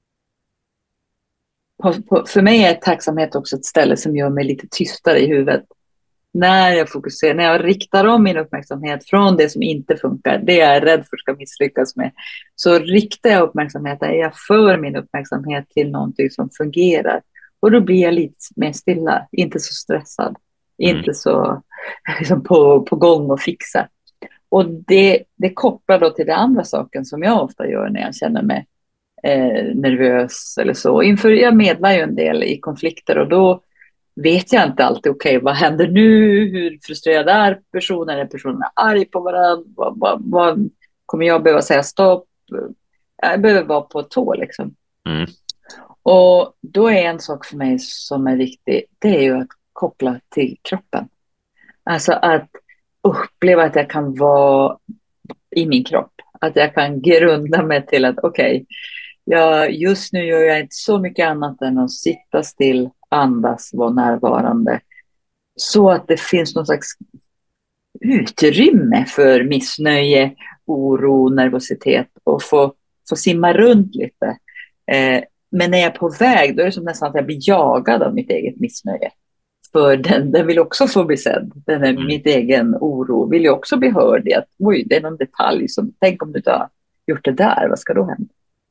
för mig är tacksamhet också ett ställe som gör mig lite tystare i huvudet. När jag riktar om min uppmärksamhet från det som inte funkar, det jag är rädd för ska misslyckas med, så riktar jag uppmärksamheten, jag för min uppmärksamhet till någonting som fungerar. Och då blir jag lite mer stilla, inte så stressad, Mm. inte så liksom på gång och fixa. Och det kopplar då till den andra saken som jag ofta gör när jag känner mig nervös eller så. Jag medlar ju en del i konflikter och då vet jag inte alltid, okej, vad händer nu? Hur frustrerad är personen? Är personen arg på varandra? Vad kommer jag behöva säga stopp? Jag behöver vara på tå liksom. Mm. Och då är en sak för mig som är viktig, det är ju att koppla till kroppen. Alltså att uppleva att jag kan vara i min kropp. Att jag kan grunda mig till att okej, just nu gör jag inte så mycket annat än att sitta still, andas, vara närvarande. Så att det finns någon slags utrymme för missnöje, oro, nervositet och få simma runt lite. Men när jag är på väg, då är det som nästan att jag blir jagad av mitt eget missnöje. För den vill också få bli sedd. Den är Mm. mitt egen oro vill ju också bli hörd i att oj, det är någon detalj som, tänk om du inte har gjort det där, vad ska då hända?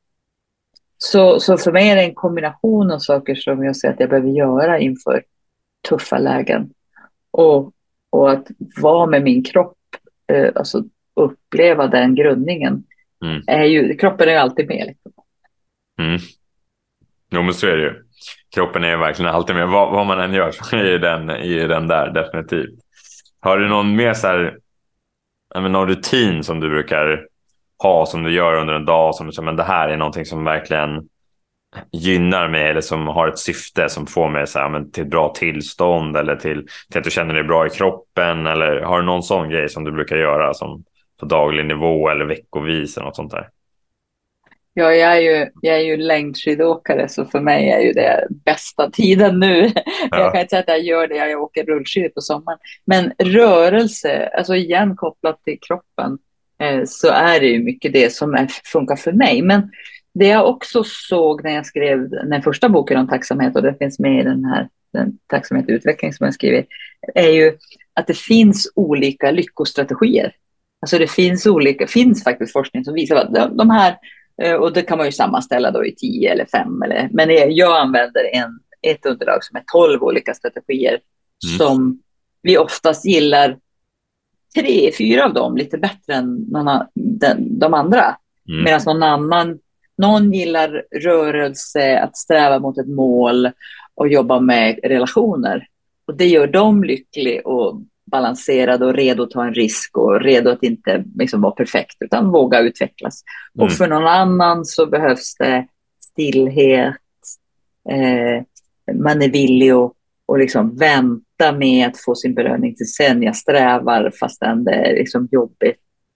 Så för mig är det en kombination av saker som jag ser att jag behöver göra inför tuffa lägen. Och att vara med min kropp, alltså uppleva den grundningen, Mm. kroppen är ju alltid med. Liksom. Mm. Jo, men så är det ju. Kroppen är verkligen alltid med. Vad man än gör så är den där definitivt. Har du någon mer så här, någon rutin som du brukar ha, som du gör under en dag, som du säger, men det här är någonting som verkligen gynnar mig, eller som har ett syfte som får mig så här, men till ett bra tillstånd, eller till att du känner dig bra i kroppen, eller har du någon sån grej som du brukar göra som på daglig nivå eller veckovis eller något sånt där? Ja, jag är ju längdskidåkare, så för mig är ju det bästa tiden nu. Jag kan Ja. inte säga att jag gör det, jag åker rullskidor på sommaren. Men rörelse, alltså igen kopplat till kroppen, så är det ju mycket det som funkar för mig. Men det jag också såg när jag skrev den första boken om tacksamhet, och det finns med i den tacksamhet och utveckling som jag skrivit, är ju att det finns olika lyckostrategier. Alltså det finns faktiskt forskning som visar att de här, och det kan man ju sammanställa då i 10 eller 5. Men jag använder ett underlag som är 12 olika strategier Mm. som vi oftast gillar 3-4 av dem lite bättre än de andra. Mm. Medan någon gillar rörelse, att sträva mot ett mål och jobba med relationer. Och det gör dem lycklig och balanserad och redo att ta en risk och redo att inte liksom vara perfekt utan våga utvecklas. Mm. Och för någon annan så behövs det stillhet, man är villig att liksom vänta med att få sin belöning till sen. Jag strävar fastän det är liksom jobbigt.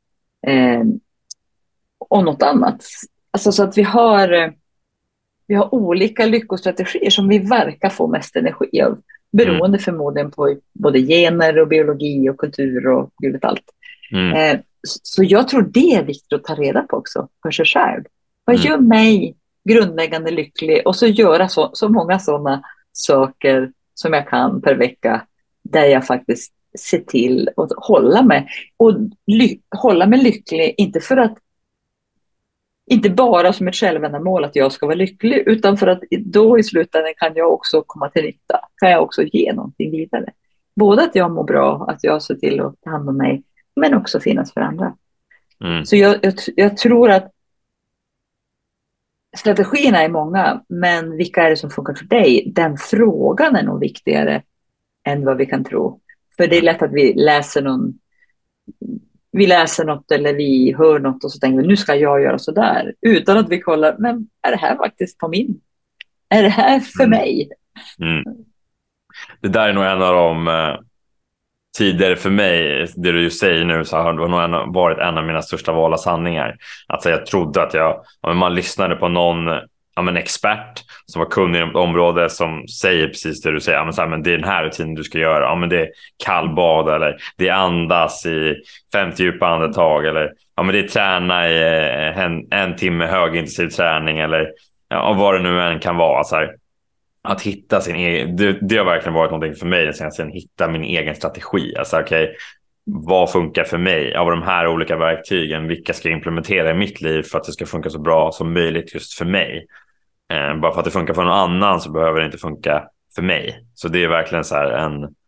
Och något annat. Alltså så att vi har olika lyckostrategier som vi verkar få mest energi av. Beroende förmodligen på både gener och biologi och kultur och gud vet allt. Så jag tror det är viktigt att ta reda på också för sig själv. Vad gör mig grundläggande lycklig? Och så göra så många sådana saker som jag kan per vecka, där jag faktiskt ser till att hålla mig. Och hålla mig lycklig, inte bara som ett självändamål att jag ska vara lycklig, utan för att då i slutändan kan jag också komma till nytta. Kan jag också ge någonting vidare. Både att jag mår bra, att jag ser till att ta hand om mig, men också finnas för andra. Så jag tror att strategierna är många, men vilka är det som funkar för dig? Den frågan är nog viktigare än vad vi kan tro. För det är lätt att vi läser något eller vi hör något och så tänker vi nu ska jag göra så där, utan att vi kollar, men är det här faktiskt är det här för mig? Det där är nog en av de tidigare för mig, det du säger nu, så har det nog varit en av mina största vala sanningar. Alltså jag trodde att man lyssnade på någon men expert som var kunnig inom ett område som säger precis det du säger. Ja, men så här, men det är den här rutinen du ska göra. Ja, men det är kallbad, eller det är andas i 50 djupa andetag, eller ja, men det är träna i en timme högintensiv träning, eller ja, vad det nu än kan vara. Så här, att hitta sin egen, det har verkligen varit någonting för mig den senaste tiden, hitta min egen strategi. Alltså okej, vad funkar för mig av de här olika verktygen, vilka ska jag implementera i mitt liv för att det ska funka så bra som möjligt just för mig. Bara för att det funkar för någon annan så behöver det inte funka för mig. Så det är verkligen så här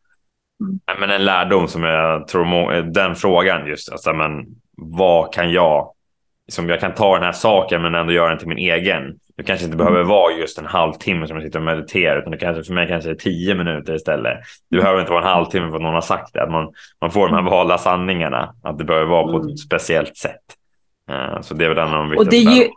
en lärdom som jag tror, den frågan just, alltså, men vad kan jag, som jag kan ta den här saken men ändå göra den till min egen. Det kanske inte behöver vara just en halvtimme som jag sitter och mediterar, utan det kanske för mig kanske är 10 minuter istället. Det behöver inte vara en halvtimme för att någon har sagt det, att man får de här valda sanningarna, att det behöver vara på ett speciellt sätt. Så det är väl en av de viktigaste.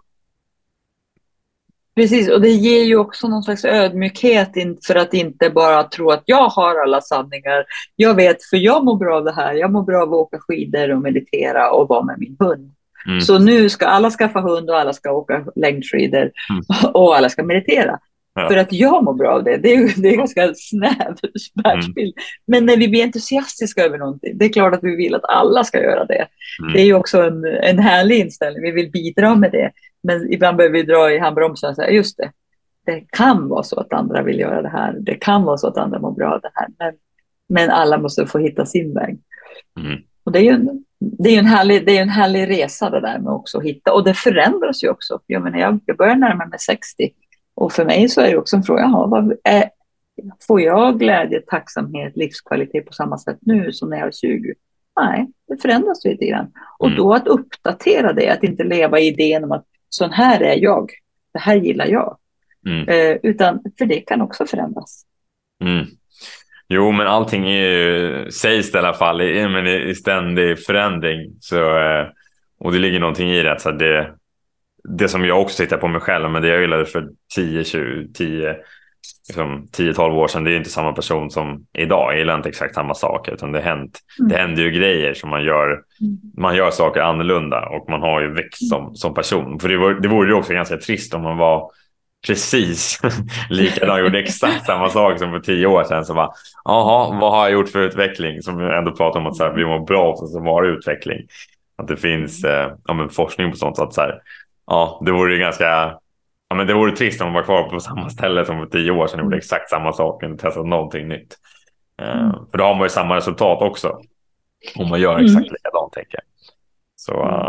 Precis, och det ger ju också någon slags ödmjukhet för att inte bara tro att jag har alla sanningar. Jag vet, för jag mår bra av det här. Jag mår bra av att åka skidor och meditera och vara med min hund. Så nu ska alla skaffa hund och alla ska åka längdskidor och alla ska meditera. Ja. För att jag mår bra av det. Det är ganska snäv världsbild. Men när vi blir entusiastiska över någonting, det är klart att vi vill att alla ska göra det. Det är ju också en härlig inställning. Vi vill bidra med det. Men ibland behöver vi dra i handbromsen och säga, just det. Det kan vara så att andra vill göra det här. Det kan vara så att andra mår bra av det här. Men alla måste få hitta sin väg. Och det är ju en härlig resa det där med också att hitta. Och det förändras ju också. Jag menar, jag börjar närma mig 60. Och för mig så är det också en fråga, får jag glädje, tacksamhet, livskvalitet på samma sätt nu som när jag är 20? Nej, det förändras lite grann. Och då att uppdatera det, att inte leva i idén om att sån här är jag, det här gillar jag. Utan för det kan också förändras. Jo, men allting är ju, sägs det i alla fall, i ständig förändring. Så, och det ligger någonting i det. Så det som jag också tittar på mig själv, men det jag gillade för 10-12 år sedan, det är inte samma person som idag. Jag gillar inte exakt samma saker, utan det händer ju grejer som man gör saker annorlunda, och man har ju växt som person. För det vore ju också ganska trist om man var precis likadan, gjorde exakt samma sak som för 10 år sedan. Så bara, vad har jag gjort för utveckling? Som jag ändå pratar om att så här, vi mår bra som har utveckling. Att det finns forskning på sånt, så att så här, det vore ju ganska, men det vore trist om man var kvar på samma ställe som för 10 år sedan och gjorde exakt samma sak och testat någonting nytt. För då har man ju samma resultat också om man gör exakt likadant, tänker jag. Så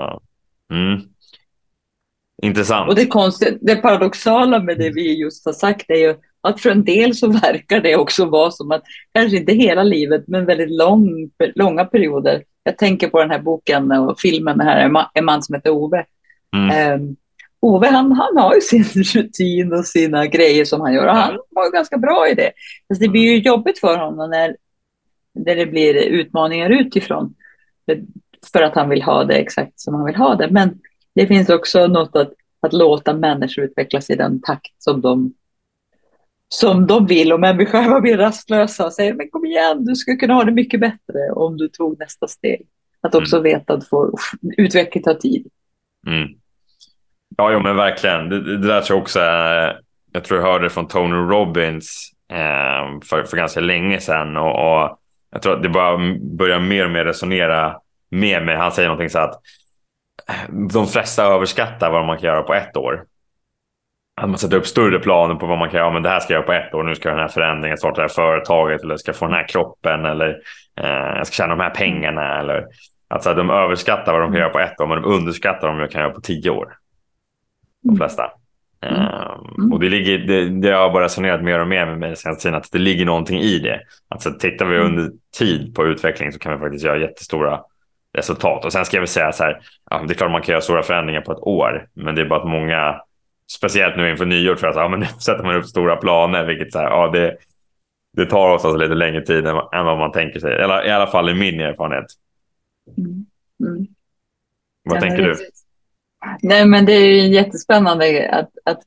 intressant. Och det paradoxala med det vi just har sagt är ju att för en del så verkar det också vara som att, kanske inte hela livet, men väldigt långa perioder. Jag tänker på den här boken och filmen, det här är en man som heter Ove. Ove han har ju sin rutin och sina grejer som han gör, och han var ju ganska bra i det. Alltså det blir ju jobbigt för honom när det blir utmaningar utifrån, för att han vill ha det exakt som han vill ha det. Men det finns också något att låta människor utvecklas i den takt som de vill, och människor själva blir rastlösa och säger, men kom igen, du skulle kunna ha det mycket bättre om du tog nästa steg. Att också veta att utveckling tar tid. Ja, men verkligen. Det där tror jag också, jag tror jag hörde från Tony Robbins för ganska länge sedan, och jag tror att det bara börjar mer och mer resonera med mig. Han säger någonting så att de flesta överskattar vad man kan göra på 1 år. Att man sätter upp större planer på vad man kan göra, men det här ska jag göra på 1 år, nu ska jag den här förändringen, starta det här företaget, eller ska få den här kroppen, eller jag ska tjäna de här pengarna, eller alltså de överskattar vad de kan göra på 1 år, men de underskattar vad de kan göra på 10 år. De flesta. Och det har bara resonerat mer och mer med mig senaste tiden, att det ligger någonting i det. Alltså tittar vi under tid på utveckling så kan vi faktiskt göra jättestora resultat. Och sen ska jag väl säga så här, det är klart man kan göra stora förändringar på 1 år, men det är bara att många, speciellt nu inför nyår, tror jag, men nu sätter man upp stora planer, vilket så här, det tar oss alltså lite längre tid än vad man tänker sig. Eller i alla fall i min erfarenhet. Vad tänker du? Nej, men det är ju jättespännande att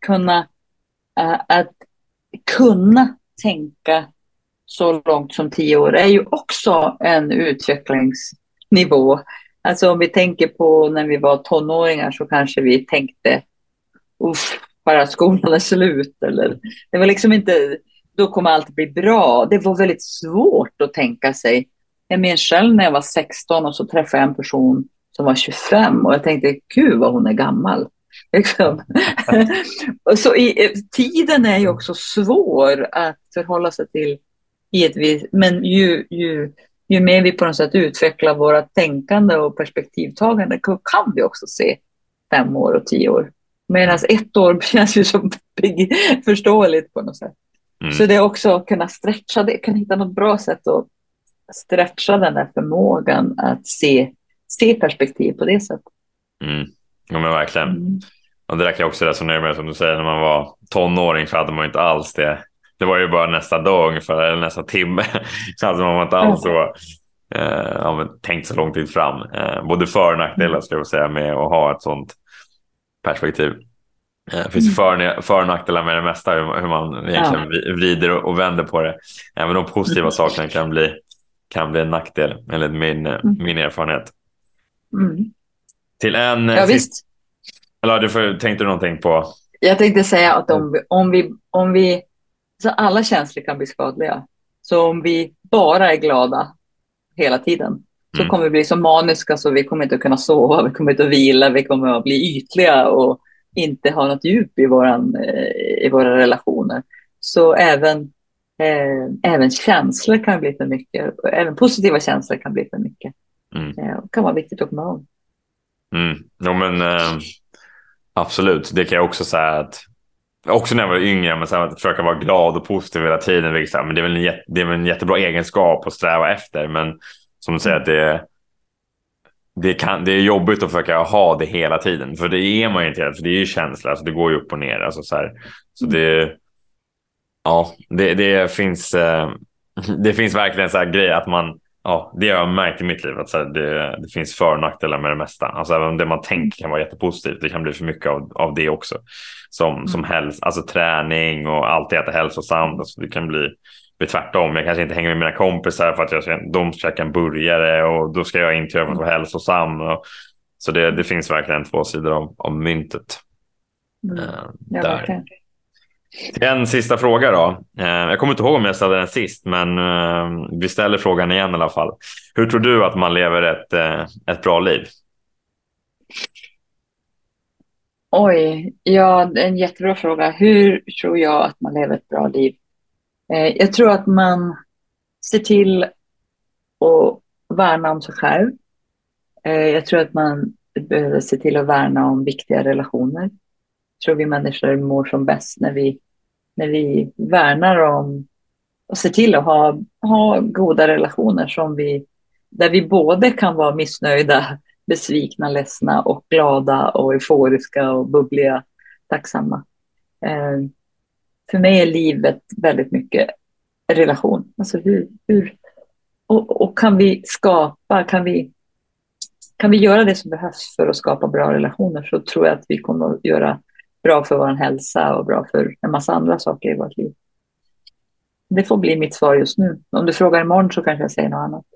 kunna tänka så långt som 10 år är ju också en utvecklingsnivå. Alltså om vi tänker på när vi var tonåringar, så kanske vi tänkte bara skolan är slut. Eller, det var liksom inte, då kommer allt bli bra. Det var väldigt svårt att tänka sig. Jag minns själv när jag var 16 och så träffade jag en person som var 25 och jag tänkte, gud vad hon är gammal. Liksom. Och så tiden är ju också svår att förhålla sig till givetvis, men ju mer vi på något sätt utvecklar våra tänkande och perspektivtagande kan vi också se 5 år och 10 år. Medan 1 år känns ju så förståeligt på något sätt. Så det är också att kunna stretcha det, kunna hitta något bra sätt att stretcha den där förmågan att se perspektiv på det sättet. Ja, men verkligen. Och det där kan jag också resonera med, som du säger, när man var tonåring så hade man inte alls det. Det var ju bara nästa dag ungefär, eller nästa timme. Så hade man inte alls så, tänkt så lång tid fram. Både för- och nackdelar ska jag säga med att ha ett sånt perspektiv. Det finns för- och nackdelar med det mesta, hur man egentligen vrider och vänder på det. Även de positiva sakerna kan bli en nackdel, eller min erfarenhet. Till en visst. Eller tänkte du någonting på? Jag tänkte säga att om vi så alla känslor kan bli skadliga. Så om vi bara är glada hela tiden så kommer vi bli så maniska så vi kommer inte att kunna sova, vi kommer inte att vila, vi kommer att bli ytliga och inte ha något djup i våra relationer. Så även känslor kan bli för mycket. Även positiva känslor kan bli för mycket. Det kan vara viktigt att komma ihåg. Ja, men absolut. Det kan jag också säga att också när jag var yngre, men att försöka vara glad och positiv hela tiden, men det är väl en jättebra egenskap att sträva efter, men som du säger att det är jobbigt att försöka ha det hela tiden, för det är man ju inte, för det är ju känslor, alltså det går ju upp och ner, alltså så det finns verkligen så här grej att man, det har jag märkt i mitt liv, att så här, det finns för- och nackdelar med det mesta. Alltså även om det man tänker kan vara jättepositivt, det kan bli för mycket av det också. Som helst, alltså träning och allt det, äta hälsosamt. Alltså det kan bli tvärtom. Jag kanske inte hänger med mina kompisar för att de käkar en burgare och då ska jag inte göra för att vara hälsosam. Så det finns verkligen 2 sidor av myntet. Där. En sista fråga då. Jag kommer inte ihåg om jag ställde den sist, men vi ställer frågan igen i alla fall. Hur tror du att man lever ett bra liv? Oj, ja, en jättebra fråga. Hur tror jag att man lever ett bra liv? Jag tror att man ser till att värna om sig själv. Jag tror att man behöver se till att värna om viktiga relationer. Jag tror vi människor mår som bäst när vi värnar om och ser till att ha goda relationer där vi både kan vara missnöjda, besvikna, ledsna och glada och euforiska och bubbliga, tacksamma. För mig är livet väldigt mycket relation. Alltså och kan vi göra det som behövs för att skapa bra relationer, så tror jag att vi kommer att göra bra för vår hälsa och bra för en massa andra saker i vårt liv. Det får bli mitt svar just nu. Om du frågar imorgon så kanske jag säger något annat.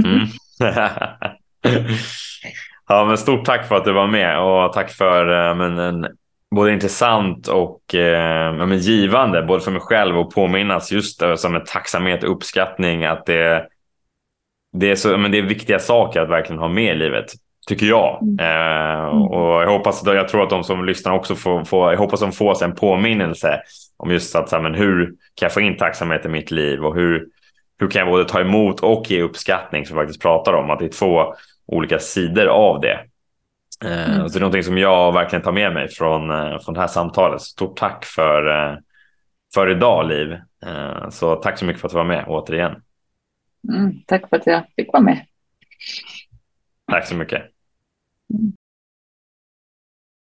Ja, men stort tack för att du var med, och tack för en både intressant och givande, både för mig själv och påminnas just som en tacksamhet och uppskattning, att det är viktiga saker att verkligen ha med i livet, tycker jag. Och jag tror att de som lyssnar också jag hoppas de får sig en påminnelse om just att hur kan jag få in tacksamhet i mitt liv, och hur kan jag både ta emot och ge uppskattning, som vi faktiskt pratar om, att det är 2 olika sidor av det. Så det är någonting som jag verkligen tar med mig från det här samtalet. Stort tack för idag, Liv. Så tack så mycket för att du var med återigen. Tack för att jag fick vara med. Tack så mycket.